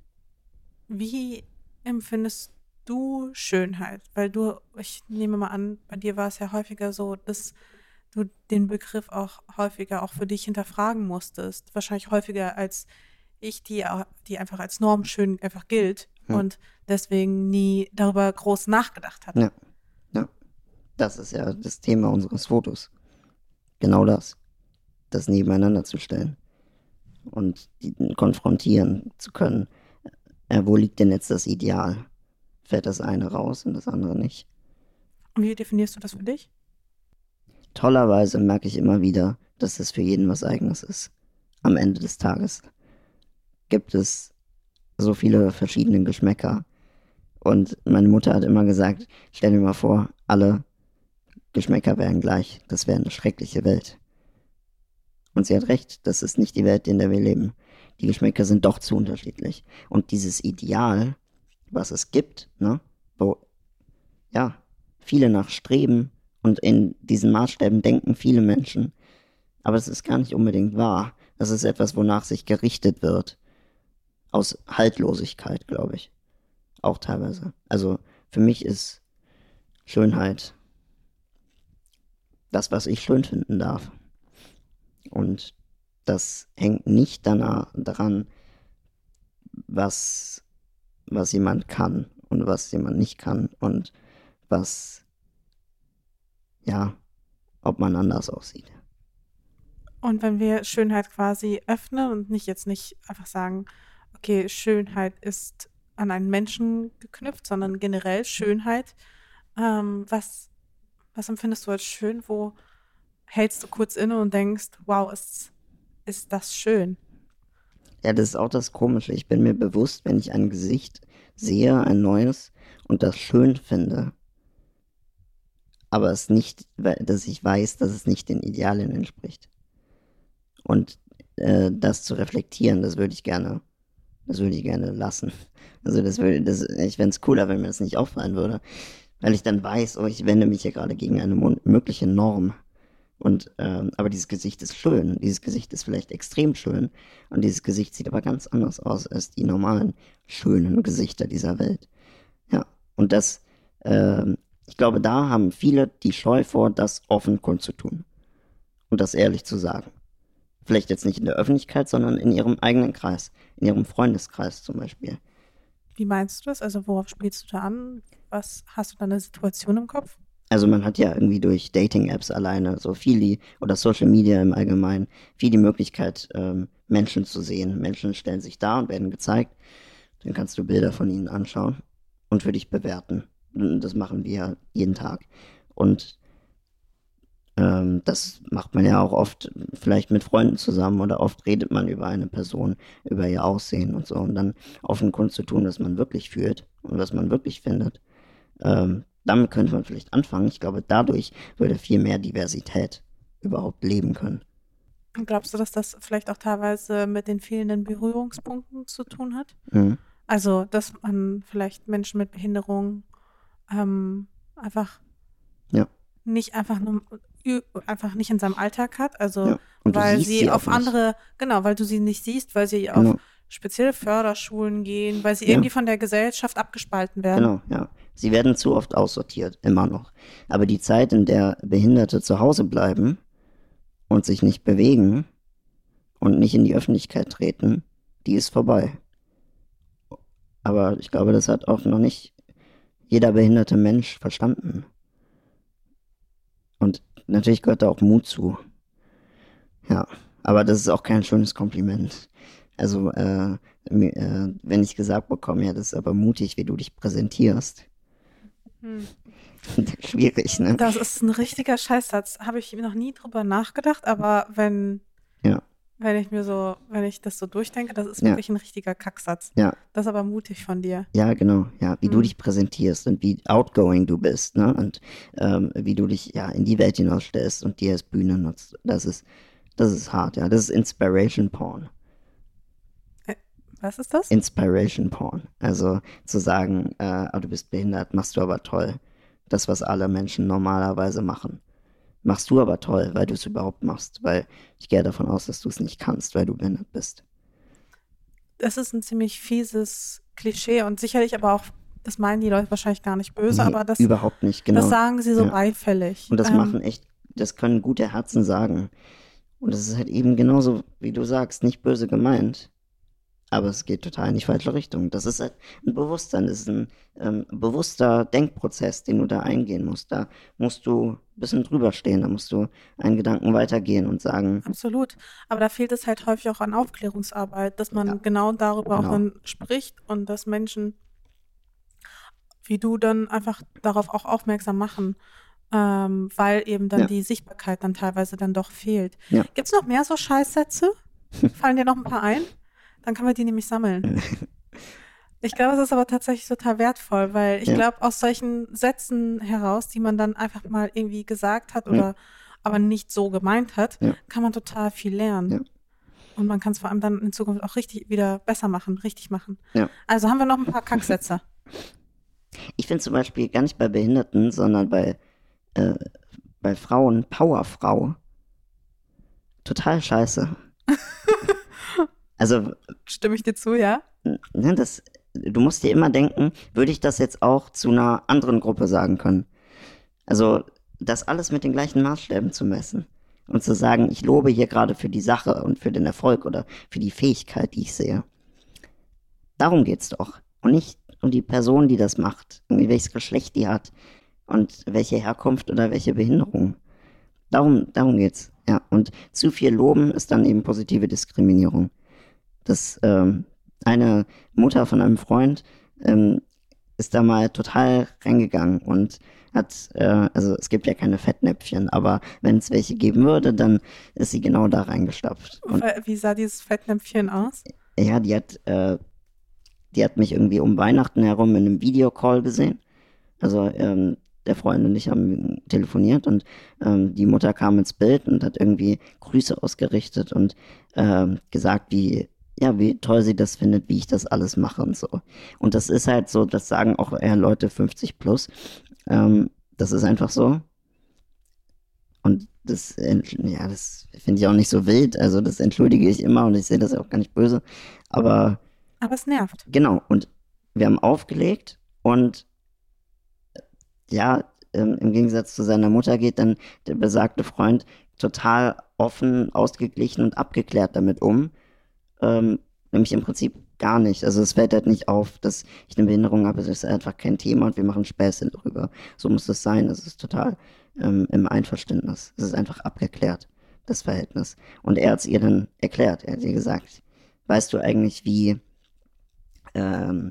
Wie empfindest du Schönheit? Weil ich nehme mal an, bei dir war es ja häufiger so, dass du den Begriff auch häufiger auch für dich hinterfragen musstest. Wahrscheinlich häufiger als ich, die einfach als Norm schön einfach gilt Ja, und deswegen nie darüber groß nachgedacht hat. ja, ja. Das ist ja das Thema unseres Fotos. Genau das. Das nebeneinander zu stellen. Und die konfrontieren zu können. Wo liegt denn jetzt das Ideal? Fällt das eine raus und das andere nicht? Und wie definierst du das für dich? Tollerweise merke ich immer wieder, dass es für jeden was Eigenes ist. Am Ende des Tages gibt es so viele verschiedene Geschmäcker. Und meine Mutter hat immer gesagt, stell dir mal vor, alle Geschmäcker wären gleich. Das wäre eine schreckliche Welt. Und sie hat recht, das ist nicht die Welt, in der wir leben. Die Geschmäcker sind doch zu unterschiedlich. Und dieses Ideal, was es gibt, ne, wo, ja, viele nachstreben und in diesen Maßstäben denken viele Menschen, aber es ist gar nicht unbedingt wahr. Das ist etwas, wonach sich gerichtet wird. Aus Haltlosigkeit, glaube ich. Auch teilweise. Also für mich ist Schönheit das, was ich schön finden darf. Und das hängt nicht daran, was, was jemand kann und was jemand nicht kann und was, ja, ob man anders aussieht. Und wenn wir Schönheit quasi öffnen und nicht einfach sagen, okay, Schönheit ist an einen Menschen geknüpft, sondern generell Schönheit, was, Was empfindest du als schön? Wo hältst du kurz inne und denkst, wow, ist das schön? Ja, das ist auch das Komische. Ich bin mir bewusst, wenn ich ein Gesicht sehe, ein neues, und das schön finde, aber es nicht, dass ich weiß, dass es nicht den Idealen entspricht. Und das zu reflektieren, das würde ich gerne lassen. Also ich fände es cooler, wenn mir das nicht auffallen würde, weil ich dann weiß, oh, ich wende mich hier gerade gegen eine mögliche Norm. Und aber dieses Gesicht ist schön, dieses Gesicht ist vielleicht extrem schön und dieses Gesicht sieht aber ganz anders aus als die normalen schönen Gesichter dieser Welt. Ja, und ich glaube, da haben viele die Scheu vor, das offen kundzutun und das ehrlich zu sagen. Vielleicht jetzt nicht in der Öffentlichkeit, sondern in ihrem eigenen Kreis, in ihrem Freundeskreis zum Beispiel. Wie meinst du das? Also worauf spielst du da an? Was hast du da eine Situation im Kopf? Also man hat ja irgendwie durch Dating-Apps alleine so oder Social Media im Allgemeinen viel die Möglichkeit, Menschen zu sehen. Menschen stellen sich dar und werden gezeigt. Dann kannst du Bilder von ihnen anschauen und für dich bewerten. Das machen wir jeden Tag. Und das macht man ja auch oft vielleicht mit Freunden zusammen oder oft redet man über eine Person, über ihr Aussehen und so und dann offen kundzutun, was man wirklich fühlt und was man wirklich findet. Damit könnte man vielleicht anfangen. Ich glaube, dadurch würde viel mehr Diversität überhaupt leben können. Und glaubst du, dass das vielleicht auch teilweise mit den fehlenden Berührungspunkten zu tun hat? Mhm. Also, dass man vielleicht Menschen mit Behinderung einfach Ja. nicht einfach nicht in seinem Alltag hat, also Ja. Und du weil siehst sie sie auf auch nicht. andere, genau, weil du sie nicht siehst, weil sie Genau. auf spezielle Förderschulen gehen, weil sie Ja. irgendwie von der Gesellschaft abgespalten werden. Genau, ja. Sie werden zu oft aussortiert, immer noch. Aber die Zeit, in der Behinderte zu Hause bleiben und sich nicht bewegen und nicht in die Öffentlichkeit treten, die ist vorbei. Aber ich glaube, das hat auch noch nicht jeder behinderte Mensch verstanden. Und natürlich gehört da auch Mut zu. Ja, aber das ist auch kein schönes Kompliment. Also, wenn ich gesagt bekomme, ja, das ist aber mutig, wie du dich präsentierst. Schwierig, ne? Das ist ein richtiger Scheißsatz. Habe ich noch nie drüber nachgedacht, aber wenn Ja, wenn ich das so durchdenke, das ist Ja. wirklich ein richtiger Kacksatz. ja, Das ist aber mutig von dir. ja, genau. Ja, wie du Mhm. dich präsentierst und wie outgoing du bist, ne? Und wie du dich ja in die Welt hinausstellst und die als Bühne nutzt. Das ist hart, ja. Das ist Inspiration Porn. Was ist das? Inspiration Porn. Also zu sagen, du bist behindert, machst du aber toll. Das, was alle Menschen normalerweise machen. Machst du aber toll, weil du es überhaupt machst. Weil ich gehe davon aus, dass du es nicht kannst, weil du behindert bist. Das ist ein ziemlich fieses Klischee und sicherlich aber auch, das meinen die Leute wahrscheinlich gar nicht böse, Nee, aber das überhaupt nicht, genau. sagen sie so Ja. beifällig. Und das können gute Herzen sagen. Und das ist halt eben genauso, wie du sagst, nicht böse gemeint. Aber es geht total in die falsche Richtung. Das ist halt ein Bewusstsein, das ist ein bewusster Denkprozess, den du da eingehen musst. Da musst du ein bisschen drüber stehen, da musst du einen Gedanken weitergehen und sagen, Absolut. Aber da fehlt es halt häufig auch an Aufklärungsarbeit, dass man Ja. genau darüber auch Genau. dann spricht und dass Menschen wie du dann einfach darauf auch aufmerksam machen, weil eben dann Ja. die Sichtbarkeit dann teilweise dann doch fehlt. Ja. Gibt es noch mehr so Scheißsätze? Fallen dir noch ein paar ein? Dann können wir die nämlich sammeln. Ich glaube, es ist aber tatsächlich total wertvoll, weil ich Ja. glaube, aus solchen Sätzen heraus, die man dann einfach mal irgendwie gesagt hat oder aber nicht so gemeint hat, Ja. kann man total viel lernen. Ja. Und man kann es vor allem dann in Zukunft auch richtig wieder besser machen, richtig machen. Ja. Also haben wir noch ein paar Kacksätze. Ich finde zum Beispiel gar nicht bei Behinderten, sondern bei Frauen, Powerfrau, total scheiße. Also, Stimme ich dir zu, ja? ne, du musst dir immer denken, würde ich das jetzt auch zu einer anderen Gruppe sagen können? Also, das alles mit den gleichen Maßstäben zu messen und zu sagen, ich lobe hier gerade für die Sache und für den Erfolg oder für die Fähigkeit, die ich sehe. Darum geht's doch. Und nicht um die Person, die das macht, irgendwie welches Geschlecht die hat und welche Herkunft oder welche Behinderung. Darum geht's. Ja, und zu viel Loben ist dann eben positive Diskriminierung. Das eine Mutter von einem Freund ist da mal total reingegangen und hat, also es gibt ja keine Fettnäpfchen, aber wenn es welche geben würde, dann ist sie genau da reingestapft. Und Wie sah dieses Fettnäpfchen aus? ja, die hat mich irgendwie um Weihnachten herum in einem Videocall gesehen. Also der Freund und ich haben telefoniert und die Mutter kam ins Bild und hat irgendwie Grüße ausgerichtet und gesagt, wie toll sie das findet, wie ich das alles mache und so. Und das ist halt so, das sagen auch eher Leute 50 plus. Das ist einfach so. Und das finde ich auch nicht so wild. Also das entschuldige ich immer und ich sehe das auch gar nicht böse. Aber es nervt. genau, und wir haben aufgelegt und ja, im Gegensatz zu seiner Mutter geht dann der besagte Freund total offen, ausgeglichen und abgeklärt damit um. Nämlich im Prinzip gar nicht. Also es fällt halt nicht auf, dass ich eine Behinderung habe. Es ist einfach kein Thema und wir machen Späße darüber. So muss es sein. Es ist total im Einverständnis. Es ist einfach abgeklärt, das Verhältnis. Und er hat es ihr dann erklärt. Er hat ihr gesagt, weißt du eigentlich, wie in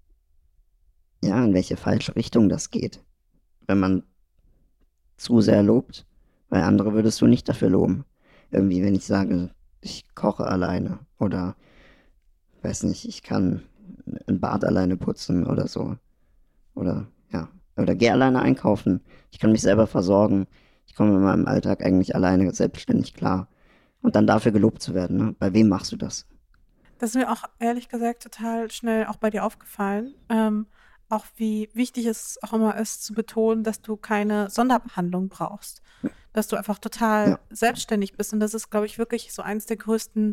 welche falsche Richtung das geht, wenn man zu sehr lobt, weil andere würdest du nicht dafür loben. Irgendwie, wenn ich sage, ich koche alleine oder, weiß nicht, ich kann ein Bad alleine putzen oder so. Oder, ja, oder gehe alleine einkaufen. Ich kann mich selber versorgen. Ich komme in meinem Alltag eigentlich alleine selbstständig klar. Und dann dafür gelobt zu werden, ne? Bei wem machst du das? Das ist mir auch ehrlich gesagt total schnell auch bei dir aufgefallen. Auch wie wichtig es auch immer ist, zu betonen, dass du keine Sonderbehandlung brauchst. Dass du einfach total selbstständig bist. Und das ist, glaube ich, wirklich so eins der größten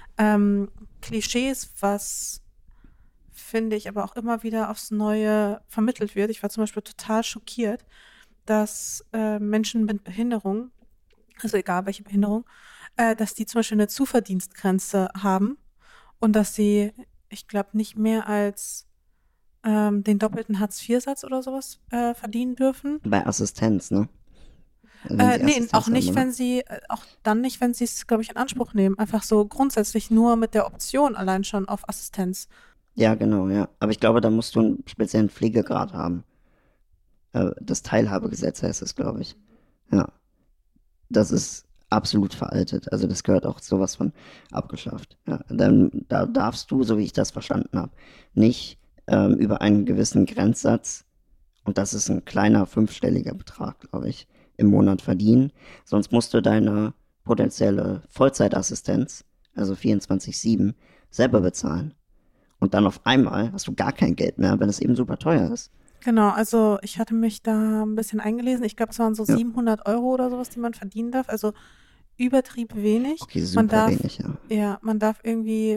Klischees, was, finde ich, aber auch immer wieder aufs Neue vermittelt wird. Ich war zum Beispiel total schockiert, dass Menschen mit Behinderung, also egal welche Behinderung, dass die zum Beispiel eine Zuverdienstgrenze haben und dass sie, ich glaube, nicht mehr als den doppelten Hartz-IV-Satz oder sowas verdienen dürfen. Bei Assistenz, ne? Also Nee, Assistenz auch nicht, haben, oder? wenn sie, auch dann nicht, wenn sie es, glaube ich, in Anspruch nehmen. Einfach so grundsätzlich nur mit der Option allein schon auf Assistenz. Ja, genau, ja. Aber ich glaube, da musst du einen speziellen Pflegegrad haben. Das Teilhabegesetz heißt es, glaube ich. Ja. Das ist absolut veraltet. Also das gehört auch sowas von abgeschafft. Ja, da darfst du, so wie ich das verstanden habe, nicht über einen gewissen Grenzsatz, und das ist ein kleiner fünfstelliger Betrag, glaube ich, im Monat verdienen. Sonst musst du deine potenzielle Vollzeitassistenz, also 24/7, selber bezahlen. Und dann auf einmal hast du gar kein Geld mehr, wenn es eben super teuer ist. Genau, also ich hatte mich da ein bisschen eingelesen. Ich glaube, es waren so Ja. 700 Euro oder sowas, die man verdienen darf. Also übertrieben wenig. Okay, Man super darf, wenig, ja. ja, man darf irgendwie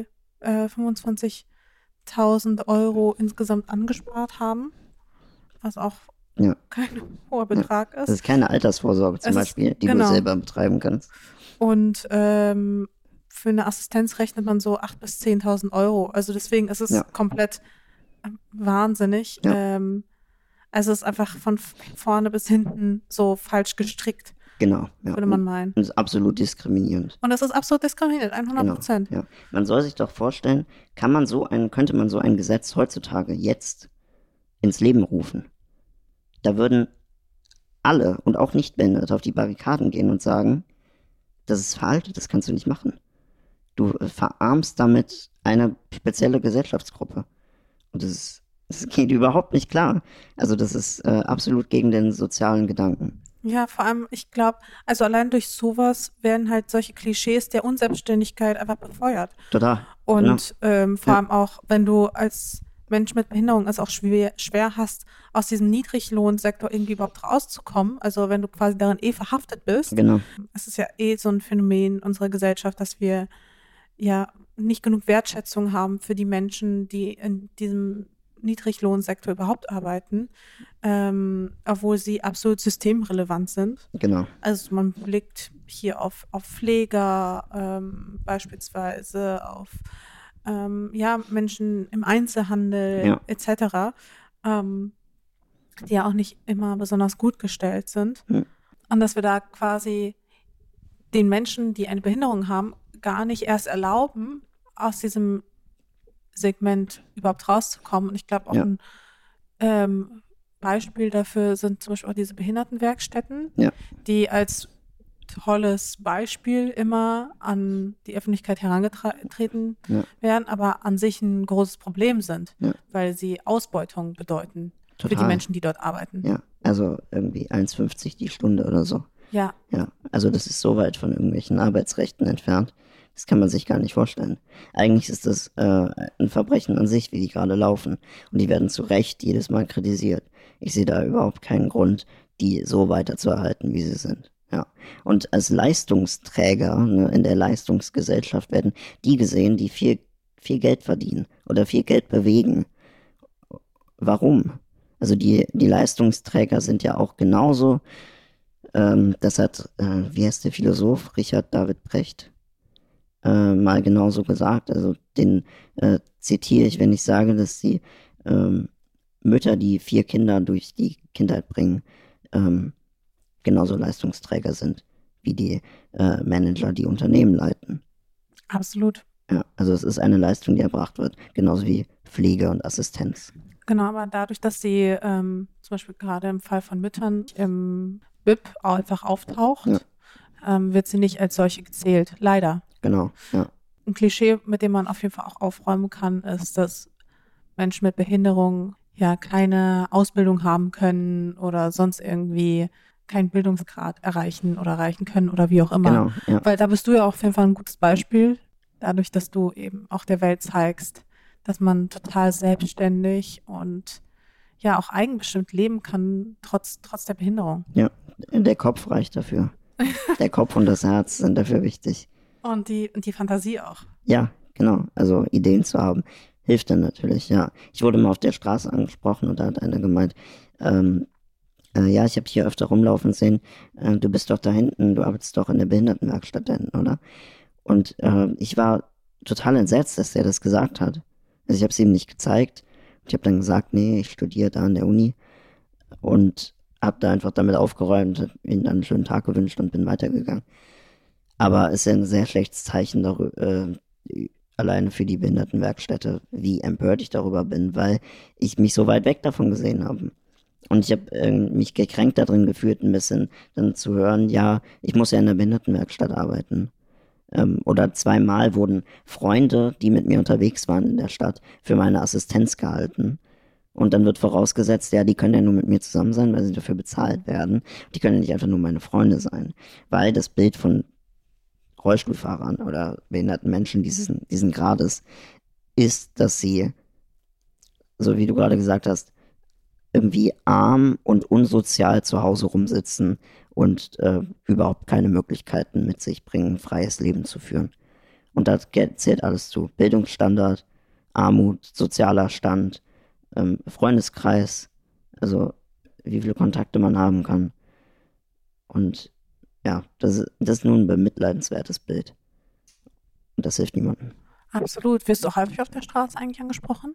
25.000 Euro insgesamt angespart haben, was auch Ja. kein hoher Ja. Betrag Das ist. ist keine Altersvorsorge zum Es ist- Beispiel, die genau. du selber betreiben kannst. Und für eine Assistenz rechnet man so 8.000 bis 10.000 Euro. Also deswegen ist es Ja. komplett wahnsinnig. Ja. Also es ist einfach von vorne bis hinten so falsch gestrickt, Genau, ja. würde man meinen. Und ist absolut diskriminierend. Und das ist absolut diskriminiert, 100%. Genau, ja. Man soll sich doch vorstellen, könnte man so ein Gesetz heutzutage jetzt ins Leben rufen. Da würden alle und auch Nichtbehinderte auf die Barrikaden gehen und sagen, das ist veraltet, das kannst du nicht machen. Du verarmst damit eine spezielle Gesellschaftsgruppe. Und das geht überhaupt nicht klar. Also das ist absolut gegen den sozialen Gedanken. Ja, vor allem, ich glaube, also allein durch sowas werden halt solche Klischees der Unselbstständigkeit einfach befeuert. Total. Und vor Ja. allem auch, wenn du als Mensch mit Behinderung es auch schwer hast, aus diesem Niedriglohnsektor irgendwie überhaupt rauszukommen. Also wenn du quasi darin verhaftet bist. Genau. Es ist ja so ein Phänomen unserer Gesellschaft, dass wir ja nicht genug Wertschätzung haben für die Menschen, die in diesem Niedriglohnsektor überhaupt arbeiten, obwohl sie absolut systemrelevant sind. Genau. Also man blickt hier auf Pfleger, beispielsweise auf Menschen im Einzelhandel Ja. etc., die ja auch nicht immer besonders gut gestellt sind. Hm. Und dass wir da quasi den Menschen, die eine Behinderung haben, gar nicht erst erlauben, aus diesem Segment überhaupt rauszukommen. Und ich glaube auch Ja. ein Beispiel dafür sind zum Beispiel auch diese Behindertenwerkstätten, Ja. die als tolles Beispiel immer an die Öffentlichkeit herangetreten werden, aber an sich ein großes Problem sind, weil sie Ausbeutung bedeuten für die Menschen, die dort arbeiten. Ja, also irgendwie 1,50 die Stunde oder so. Ja. Ja, also das ist so weit von irgendwelchen Arbeitsrechten entfernt. Das kann man sich gar nicht vorstellen. Eigentlich ist das ein Verbrechen an sich, wie die gerade laufen. Und die werden zu Recht jedes Mal kritisiert. Ich sehe da überhaupt keinen Grund, die so weiterzuerhalten, wie sie sind. Ja. Und als Leistungsträger, ne, in der Leistungsgesellschaft werden die gesehen, die viel Geld verdienen oder viel Geld bewegen. Warum? Also die Leistungsträger sind ja auch genauso, das hat, wie heißt der Philosoph, Richard David Brecht, mal genauso gesagt. Also den zitiere ich, wenn ich sage, dass die Mütter, die 4 Kinder durch die Kindheit bringen, genauso Leistungsträger sind wie die Manager, die Unternehmen leiten. Absolut. Ja, also es ist eine Leistung, die erbracht wird, genauso wie Pflege und Assistenz. Genau, aber dadurch, dass sie zum Beispiel gerade im Fall von Müttern im BIP einfach auftaucht, wird sie nicht als solche gezählt. Leider. Genau, ja. Ein Klischee, mit dem man auf jeden Fall auch aufräumen kann, ist, dass Menschen mit Behinderung ja keine Ausbildung haben können oder sonst irgendwie keinen Bildungsgrad erreichen können oder wie auch immer. Genau, ja. Weil da bist du ja auch auf jeden Fall ein gutes Beispiel, dadurch, dass du eben auch der Welt zeigst, dass man total selbstständig und ja auch eigenbestimmt leben kann, trotz der Behinderung. Ja, der Kopf reicht dafür. Der Kopf und das Herz sind dafür wichtig. Und die Fantasie auch. Ja, genau. Also Ideen zu haben, hilft dann natürlich, ja. Ich wurde mal auf der Straße angesprochen und da hat einer gemeint, ja, ich habe hier öfter rumlaufen sehen, du bist doch da hinten, du arbeitest doch in der Behindertenwerkstatt da hinten, oder? Und ich war total entsetzt, dass der das gesagt hat. Also ich habe es ihm nicht gezeigt. Ich habe dann gesagt, nee, ich studiere da an der Uni und habe da einfach damit aufgeräumt, ihm dann einen schönen Tag gewünscht und bin weitergegangen. Aber es ist ja ein sehr schlechtes Zeichen darüber, alleine für die Behindertenwerkstätte, wie empört ich darüber bin, weil ich mich so weit weg davon gesehen habe. Und ich habe mich gekränkt darin gefühlt, ein bisschen dann zu hören, ja, ich muss ja in der Behindertenwerkstatt arbeiten. Oder 2-mal wurden Freunde, die mit mir unterwegs waren in der Stadt, für meine Assistenz gehalten. Und dann wird vorausgesetzt, ja, die können ja nur mit mir zusammen sein, weil sie dafür bezahlt werden. Die können ja nicht einfach nur meine Freunde sein. Weil das Bild von Rollstuhlfahrern oder behinderten Menschen diesen Grades ist, dass sie, so wie du gerade gesagt hast, irgendwie arm und unsozial zu Hause rumsitzen und überhaupt keine Möglichkeiten mit sich bringen, ein freies Leben zu führen. Und da zählt alles zu. Bildungsstandard, Armut, sozialer Stand, Freundeskreis, also wie viele Kontakte man haben kann. Und ja, das ist nun ein bemitleidenswertes Bild. Und das hilft niemandem. Absolut. Wirst du häufig auf der Straße eigentlich angesprochen?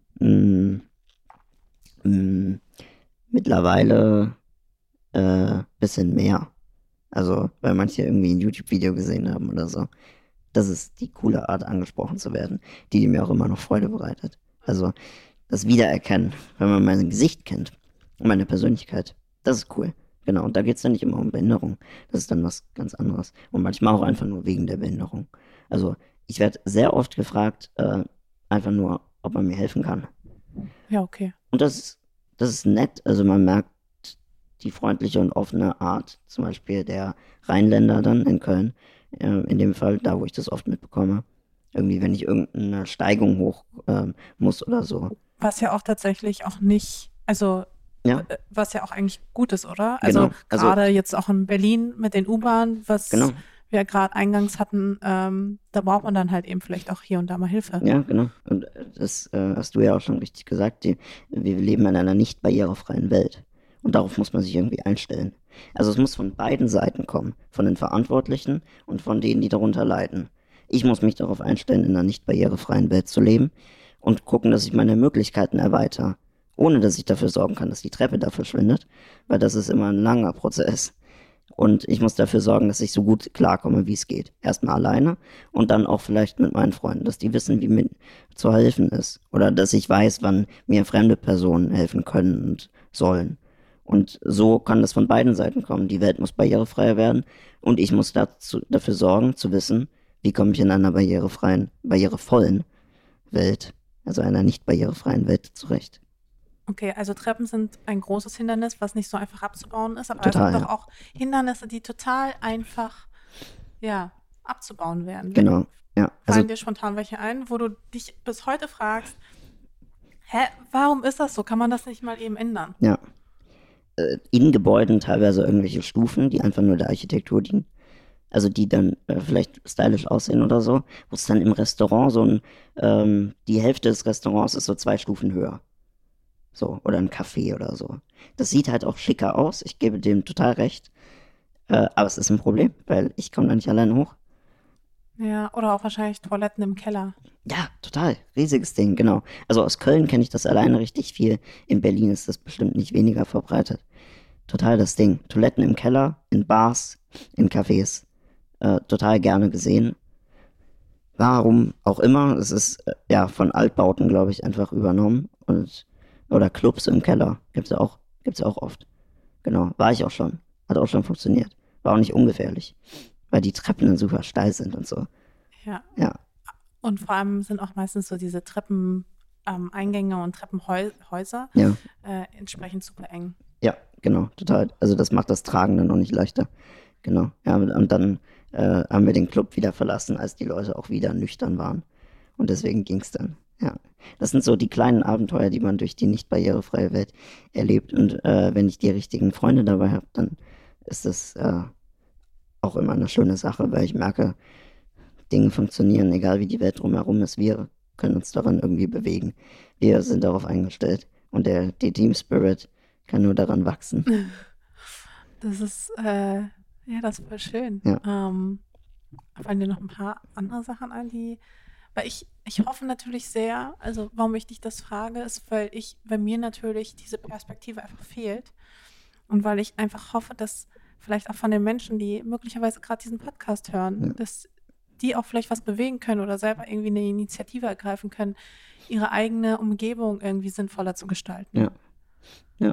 Mittlerweile bisschen mehr. Also, weil manche irgendwie ein YouTube-Video gesehen haben oder so. Das ist die coole Art, angesprochen zu werden, die mir auch immer noch Freude bereitet. Also, das Wiedererkennen, wenn man mein Gesicht kennt und meine Persönlichkeit, das ist cool. Genau, und da geht es dann nicht immer um Behinderung. Das ist dann was ganz anderes. Und manchmal auch einfach nur wegen der Behinderung. Also, ich werde sehr oft gefragt, einfach nur, ob man mir helfen kann. Ja, okay. Und das ist nett. Also man merkt die freundliche und offene Art, zum Beispiel der Rheinländer dann in Köln, in dem Fall, da wo ich das oft mitbekomme. Irgendwie, wenn ich irgendeine Steigung hoch muss oder so. Was ja auch tatsächlich auch nicht, also Ja. Was ja auch eigentlich gut ist, oder? Also Genau. gerade jetzt auch in Berlin mit den U-Bahnen, was Genau. wir gerade eingangs hatten, da braucht man dann halt eben vielleicht auch hier und da mal Hilfe. Ja, genau. Und das hast du ja auch schon richtig gesagt. Wir leben in einer nicht barrierefreien Welt. Und darauf muss man sich irgendwie einstellen. Also es muss von beiden Seiten kommen. Von den Verantwortlichen und von denen, die darunter leiden. Ich muss mich darauf einstellen, in einer nicht barrierefreien Welt zu leben und gucken, dass ich meine Möglichkeiten erweitere. Ohne dass ich dafür sorgen kann, dass die Treppe da verschwindet. Weil das ist immer ein langer Prozess. Und ich muss dafür sorgen, dass ich so gut klarkomme, wie es geht. Erstmal alleine und dann auch vielleicht mit meinen Freunden, dass die wissen, wie mir zu helfen ist. Oder dass ich weiß, wann mir fremde Personen helfen können und sollen. Und so kann das von beiden Seiten kommen. Die Welt muss barrierefreier werden und ich muss dafür sorgen, zu wissen, wie komme ich in einer barrierevollen Welt, also einer nicht barrierefreien Welt zurecht. Okay, also Treppen sind ein großes Hindernis, was nicht so einfach abzubauen ist, aber Total, es gibt ja. doch auch Hindernisse, die total einfach, ja, abzubauen werden. Genau, ja. Also Fallen dir spontan welche ein, wo du dich bis heute fragst, warum ist das so? Kann man das nicht mal eben ändern? ja, in Gebäuden teilweise irgendwelche Stufen, die einfach nur der Architektur dienen. Also die dann vielleicht stylisch aussehen oder so, wo es dann im Restaurant die Hälfte des Restaurants ist so 2 Stufen höher. So, oder ein Café oder so. Das sieht halt auch schicker aus, ich gebe dem total recht. Aber es ist ein Problem, weil ich komme da nicht alleine hoch. Ja, oder auch wahrscheinlich Toiletten im Keller. Ja, total. Riesiges Ding, genau. Also aus Köln kenne ich das alleine richtig viel. In Berlin ist das bestimmt nicht weniger verbreitet. Total das Ding. Toiletten im Keller, in Bars, in Cafés. Total gerne gesehen. Warum auch immer. Es ist ja von Altbauten, glaube ich, einfach übernommen. Oder Clubs im Keller. Gibt's ja auch oft. Genau. War ich auch schon. Hat auch schon funktioniert. War auch nicht ungefährlich. Weil die Treppen dann super steil sind und so. Ja. Ja. Und vor allem sind auch meistens so diese Treppeneingänge und Treppenhäuser Ja. Entsprechend super eng. Ja, genau, total. Also das macht das Tragen dann noch nicht leichter. Genau. Ja, und dann haben wir den Club wieder verlassen, als die Leute auch wieder nüchtern waren. Und deswegen ging's dann. Ja. Das sind so die kleinen Abenteuer, die man durch die nicht barrierefreie Welt erlebt. Und wenn ich die richtigen Freunde dabei habe, dann ist das auch immer eine schöne Sache, weil ich merke, Dinge funktionieren, egal wie die Welt drumherum ist. Wir können uns daran irgendwie bewegen. Wir sind darauf eingestellt. Und die Team Spirit kann nur daran wachsen. Das ist, das ist voll schön. Ja. Fallen dir noch ein paar andere Sachen ein, weil ich hoffe natürlich sehr, also warum ich dich das frage, ist, weil mir natürlich diese Perspektive einfach fehlt und weil ich einfach hoffe, dass vielleicht auch von den Menschen, die möglicherweise gerade diesen Podcast hören, dass die auch vielleicht was bewegen können oder selber irgendwie eine Initiative ergreifen können, ihre eigene Umgebung irgendwie sinnvoller zu gestalten. Ja. Ja.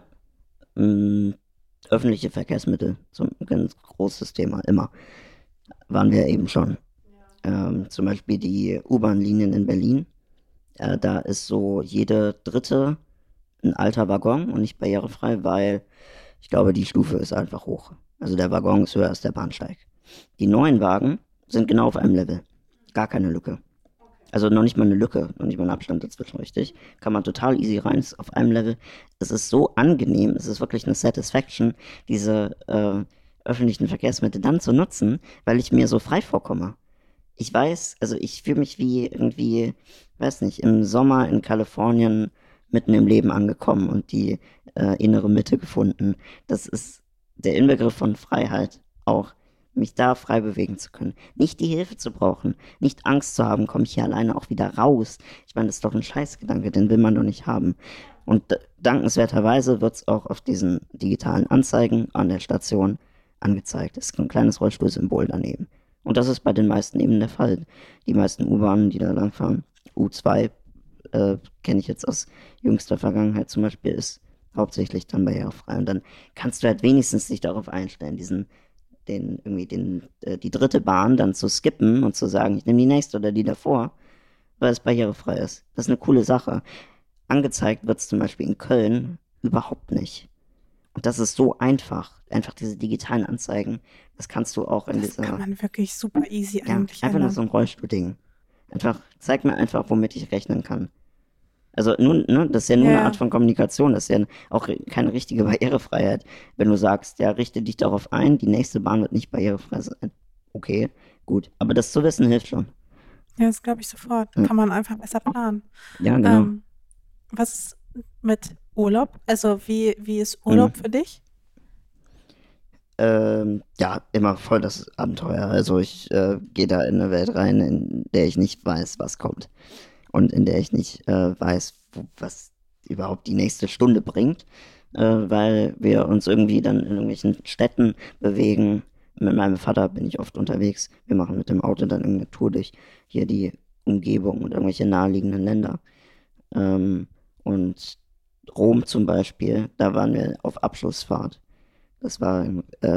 Öffentliche Verkehrsmittel, so ein ganz großes Thema, immer. Waren wir eben schon. Zum Beispiel die U-Bahn-Linien in Berlin. Da ist so jede dritte ein alter Waggon und nicht barrierefrei, weil ich glaube, die Stufe ist einfach hoch. Also der Waggon ist höher als der Bahnsteig. Die neuen Wagen sind genau auf einem Level. Gar keine Lücke. Also noch nicht mal eine Lücke, noch nicht mal ein Abstand dazwischen, richtig. Kann man total easy rein, ist auf einem Level. Es ist so angenehm, es ist wirklich eine Satisfaction, diese öffentlichen Verkehrsmittel dann zu nutzen, weil ich mir so frei vorkomme. Ich weiß, also ich fühle mich wie irgendwie, weiß nicht, im Sommer in Kalifornien mitten im Leben angekommen und die innere Mitte gefunden. Das ist der Inbegriff von Freiheit auch. Mich da frei bewegen zu können. Nicht die Hilfe zu brauchen. Nicht Angst zu haben, komme ich hier alleine auch wieder raus. Ich meine, das ist doch ein Scheißgedanke, den will man doch nicht haben. Und dankenswerterweise wird es auch auf diesen digitalen Anzeigen an der Station angezeigt. Es ist ein kleines Rollstuhlsymbol daneben. Und das ist bei den meisten eben der Fall. Die meisten U-Bahnen, die da langfahren, U2, kenne ich jetzt aus jüngster Vergangenheit zum Beispiel, ist hauptsächlich dann barrierefrei. Und dann kannst du halt wenigstens dich darauf einstellen, die dritte Bahn dann zu skippen und zu sagen, ich nehme die nächste oder die davor, weil es barrierefrei ist. Das ist eine coole Sache. Angezeigt wird es zum Beispiel in Köln überhaupt nicht. Und das ist so einfach. Einfach diese digitalen Anzeigen, das kannst du auch in dieser... Das kann man wirklich super easy ja, eigentlich einfach nur ändern. so ein Rollstuhl-Ding. Zeig mir einfach, womit ich rechnen kann. Also nun, ne, das ist ja nur eine Art von Kommunikation, das ist ja auch keine richtige Barrierefreiheit. Wenn du sagst, ja, richte dich darauf ein, die nächste Bahn wird nicht barrierefrei sein. Okay, gut. Aber das zu wissen hilft schon. Ja, das glaube ich sofort. Kann man einfach besser planen. Ja, genau. Was ist mit Urlaub? Also wie ist Urlaub für dich? Ja, immer voll das Abenteuer. Also ich gehe da in eine Welt rein, in der ich nicht weiß, was kommt. Und in der ich nicht weiß, was überhaupt die nächste Stunde bringt. weil wir uns irgendwie dann in irgendwelchen Städten bewegen. Mit meinem Vater bin ich oft unterwegs. Wir machen mit dem Auto dann irgendeine Tour durch hier die Umgebung und irgendwelche naheliegenden Länder. Und Rom zum Beispiel, da waren wir auf Abschlussfahrt. Das war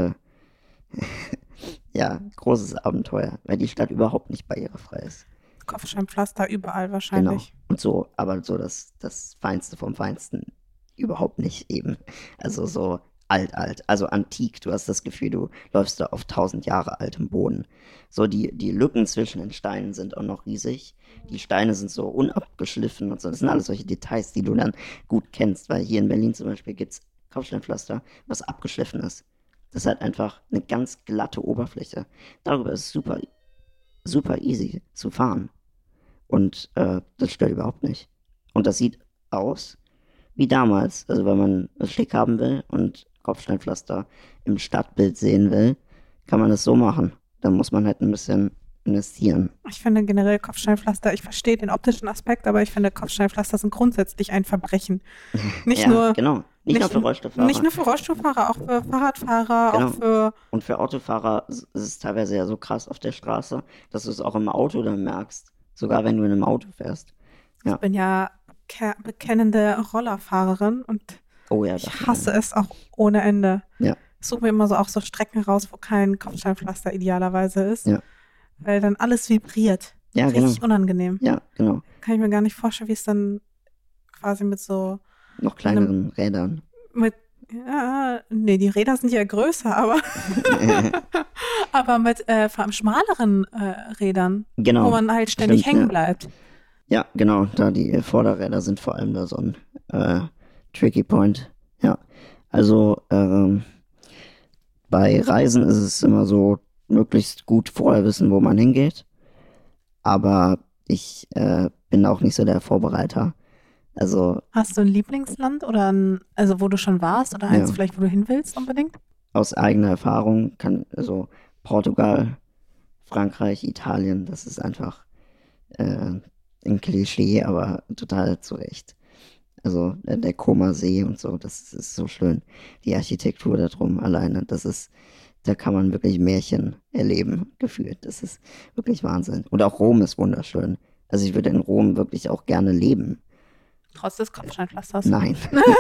ja, großes Abenteuer, weil die Stadt überhaupt nicht barrierefrei ist. Kopfsteinpflaster überall Genau. wahrscheinlich. Und so, aber so das Feinste vom Feinsten überhaupt nicht eben. Also so alt, also antik. Du hast das Gefühl, du läufst da auf 1000 Jahre altem Boden. So die Lücken zwischen den Steinen sind auch noch riesig. Die Steine sind so unabgeschliffen und so. Das sind alles solche Details, die du dann gut kennst, weil hier in Berlin zum Beispiel gibt es Kopfsteinpflaster, was abgeschliffen ist. Das hat einfach eine ganz glatte Oberfläche. Darüber ist es super, super easy zu fahren. Und das stört überhaupt nicht. Und das sieht aus wie damals. Also wenn man es schick haben will und Kopfsteinpflaster im Stadtbild sehen will, kann man das so machen. Da muss man halt ein bisschen investieren. Ich finde generell Kopfsteinpflaster, ich verstehe den optischen Aspekt, aber ich finde Kopfsteinpflaster sind grundsätzlich ein Verbrechen. Nicht Ja, nur genau. Nicht nur für Rollstuhlfahrer. Nicht nur für Rollstuhlfahrer, auch für Fahrradfahrer, Genau. auch für Und für Autofahrer ist es teilweise ja so krass auf der Straße, dass du es auch im Auto dann merkst. Sogar wenn du in einem Auto fährst. Ja. Ich bin ja bekennende Rollerfahrerin und Oh ja, ich hasse es auch ohne Ende. Ja. Ich suche mir immer so auch so Strecken raus, wo kein Kopfsteinpflaster idealerweise ist. Ja. Weil dann alles vibriert. Ja, Richtig genau. unangenehm. Ja, genau. Kann ich mir gar nicht vorstellen, wie es dann quasi mit so Noch kleineren Rädern. Ja, nee, die Räder sind ja größer, aber mit vor allem schmaleren Rädern, Genau. wo man halt ständig Stimmt, hängen ja. bleibt. Ja, genau. Da die Vorderräder sind vor allem da so ein tricky point. Ja. Also bei Reisen ist es immer so, möglichst gut vorher wissen, wo man hingeht. Aber ich bin auch nicht so der Vorbereiter. Also Hast du ein Lieblingsland oder also wo du schon warst oder eins Ja. vielleicht, wo du hin willst unbedingt? aus eigener Erfahrung also Portugal, Frankreich, Italien, das ist einfach ein Klischee, aber total zu Recht. Also der Comer See und so, das ist so schön. Die Architektur da drum alleine, da kann man wirklich Märchen erleben, gefühlt. Das ist wirklich Wahnsinn. Und auch Rom ist wunderschön. Also ich würde in Rom wirklich auch gerne leben. Trotz des Kopfsteinpflasters. Nein,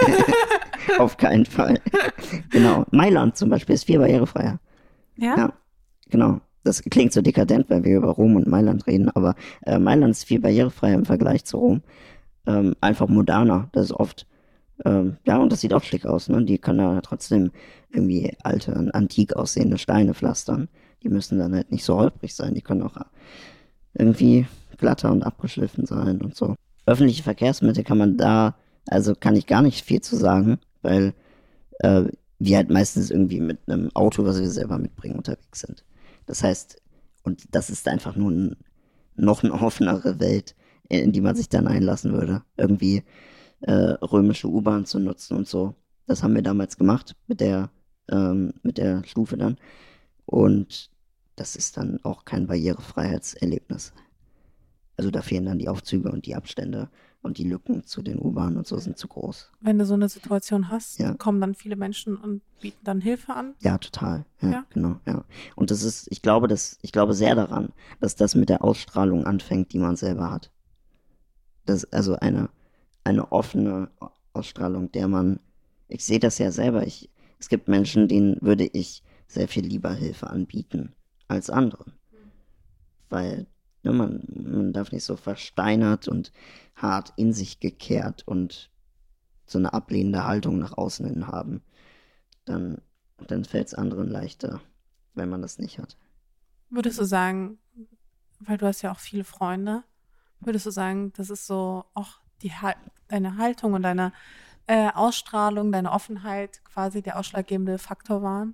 auf keinen Fall. Genau. Mailand zum Beispiel ist viel barrierefreier. Ja? Ja, genau. Das klingt so dekadent, weil wir über Rom und Mailand reden, aber Mailand ist viel barrierefreier im Vergleich zu Rom. Einfach moderner. Das ist oft, ja, und das sieht auch schick aus, ne? Die können da trotzdem irgendwie alte, antik aussehende Steine pflastern. Die müssen dann halt nicht so holprig sein. Die können auch irgendwie glatter und abgeschliffen sein und so. Öffentliche Verkehrsmittel kann ich gar nicht viel zu sagen, weil wir halt meistens irgendwie mit einem Auto, was wir selber mitbringen, unterwegs sind. Das heißt, und das ist einfach nur noch eine offenere Welt, in die man sich dann einlassen würde. Irgendwie römische U-Bahn zu nutzen und so. Das haben wir damals gemacht mit der Stufe dann. Und das ist dann auch kein Barrierefreiheitserlebnis. Also da fehlen dann die Aufzüge und die Abstände und die Lücken zu den U-Bahnen und so sind zu groß. Wenn du so eine Situation hast, Ja. kommen dann viele Menschen und bieten dann Hilfe an. Ja, total. Ja, Ja. genau, ja. Und ich glaube sehr daran, dass das mit der Ausstrahlung anfängt, die man selber hat. Das ist also eine offene Ausstrahlung, ich sehe das ja selber, es gibt Menschen, denen würde ich sehr viel lieber Hilfe anbieten als anderen. Weil man darf nicht so versteinert und hart in sich gekehrt und so eine ablehnende Haltung nach außen hin haben. Dann fällt es anderen leichter, wenn man das nicht hat. Würdest du sagen, weil du hast ja auch viele Freunde, würdest du sagen, das ist so auch deine Haltung und deine Ausstrahlung, deine Offenheit quasi der ausschlaggebende Faktor waren?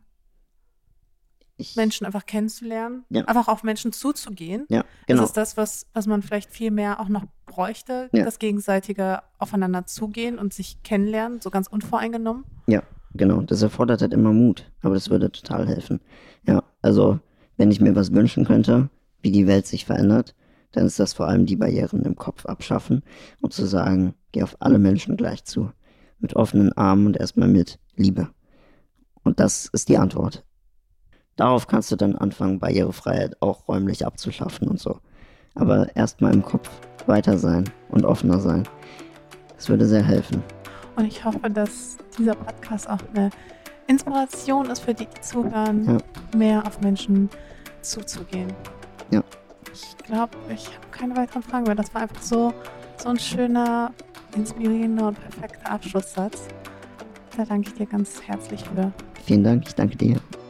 Menschen einfach kennenzulernen, Ja. einfach auf Menschen zuzugehen. Ja, genau. Das ist das, was man vielleicht viel mehr auch noch bräuchte, Ja. das gegenseitige Aufeinander zugehen und sich kennenlernen, so ganz unvoreingenommen. Ja, genau. Das erfordert halt immer Mut, aber das würde total helfen. Ja, also wenn ich mir was wünschen könnte, wie die Welt sich verändert, dann ist das vor allem die Barrieren im Kopf abschaffen und zu sagen, geh auf alle Menschen gleich zu. mit offenen Armen und erstmal mit Liebe. Und das ist die Antwort. Darauf kannst du dann anfangen, Barrierefreiheit auch räumlich abzuschaffen und so. Aber erstmal im Kopf weiter sein und offener sein. Das würde sehr helfen. Und ich hoffe, dass dieser Podcast auch eine Inspiration ist für die, die zuhören, mehr auf Menschen zuzugehen. Ja. Ich glaube, ich habe keine weiteren Fragen mehr. Das war einfach so ein schöner, inspirierender und perfekter Abschlusssatz. Da danke ich dir ganz herzlich für. Vielen Dank, ich danke dir.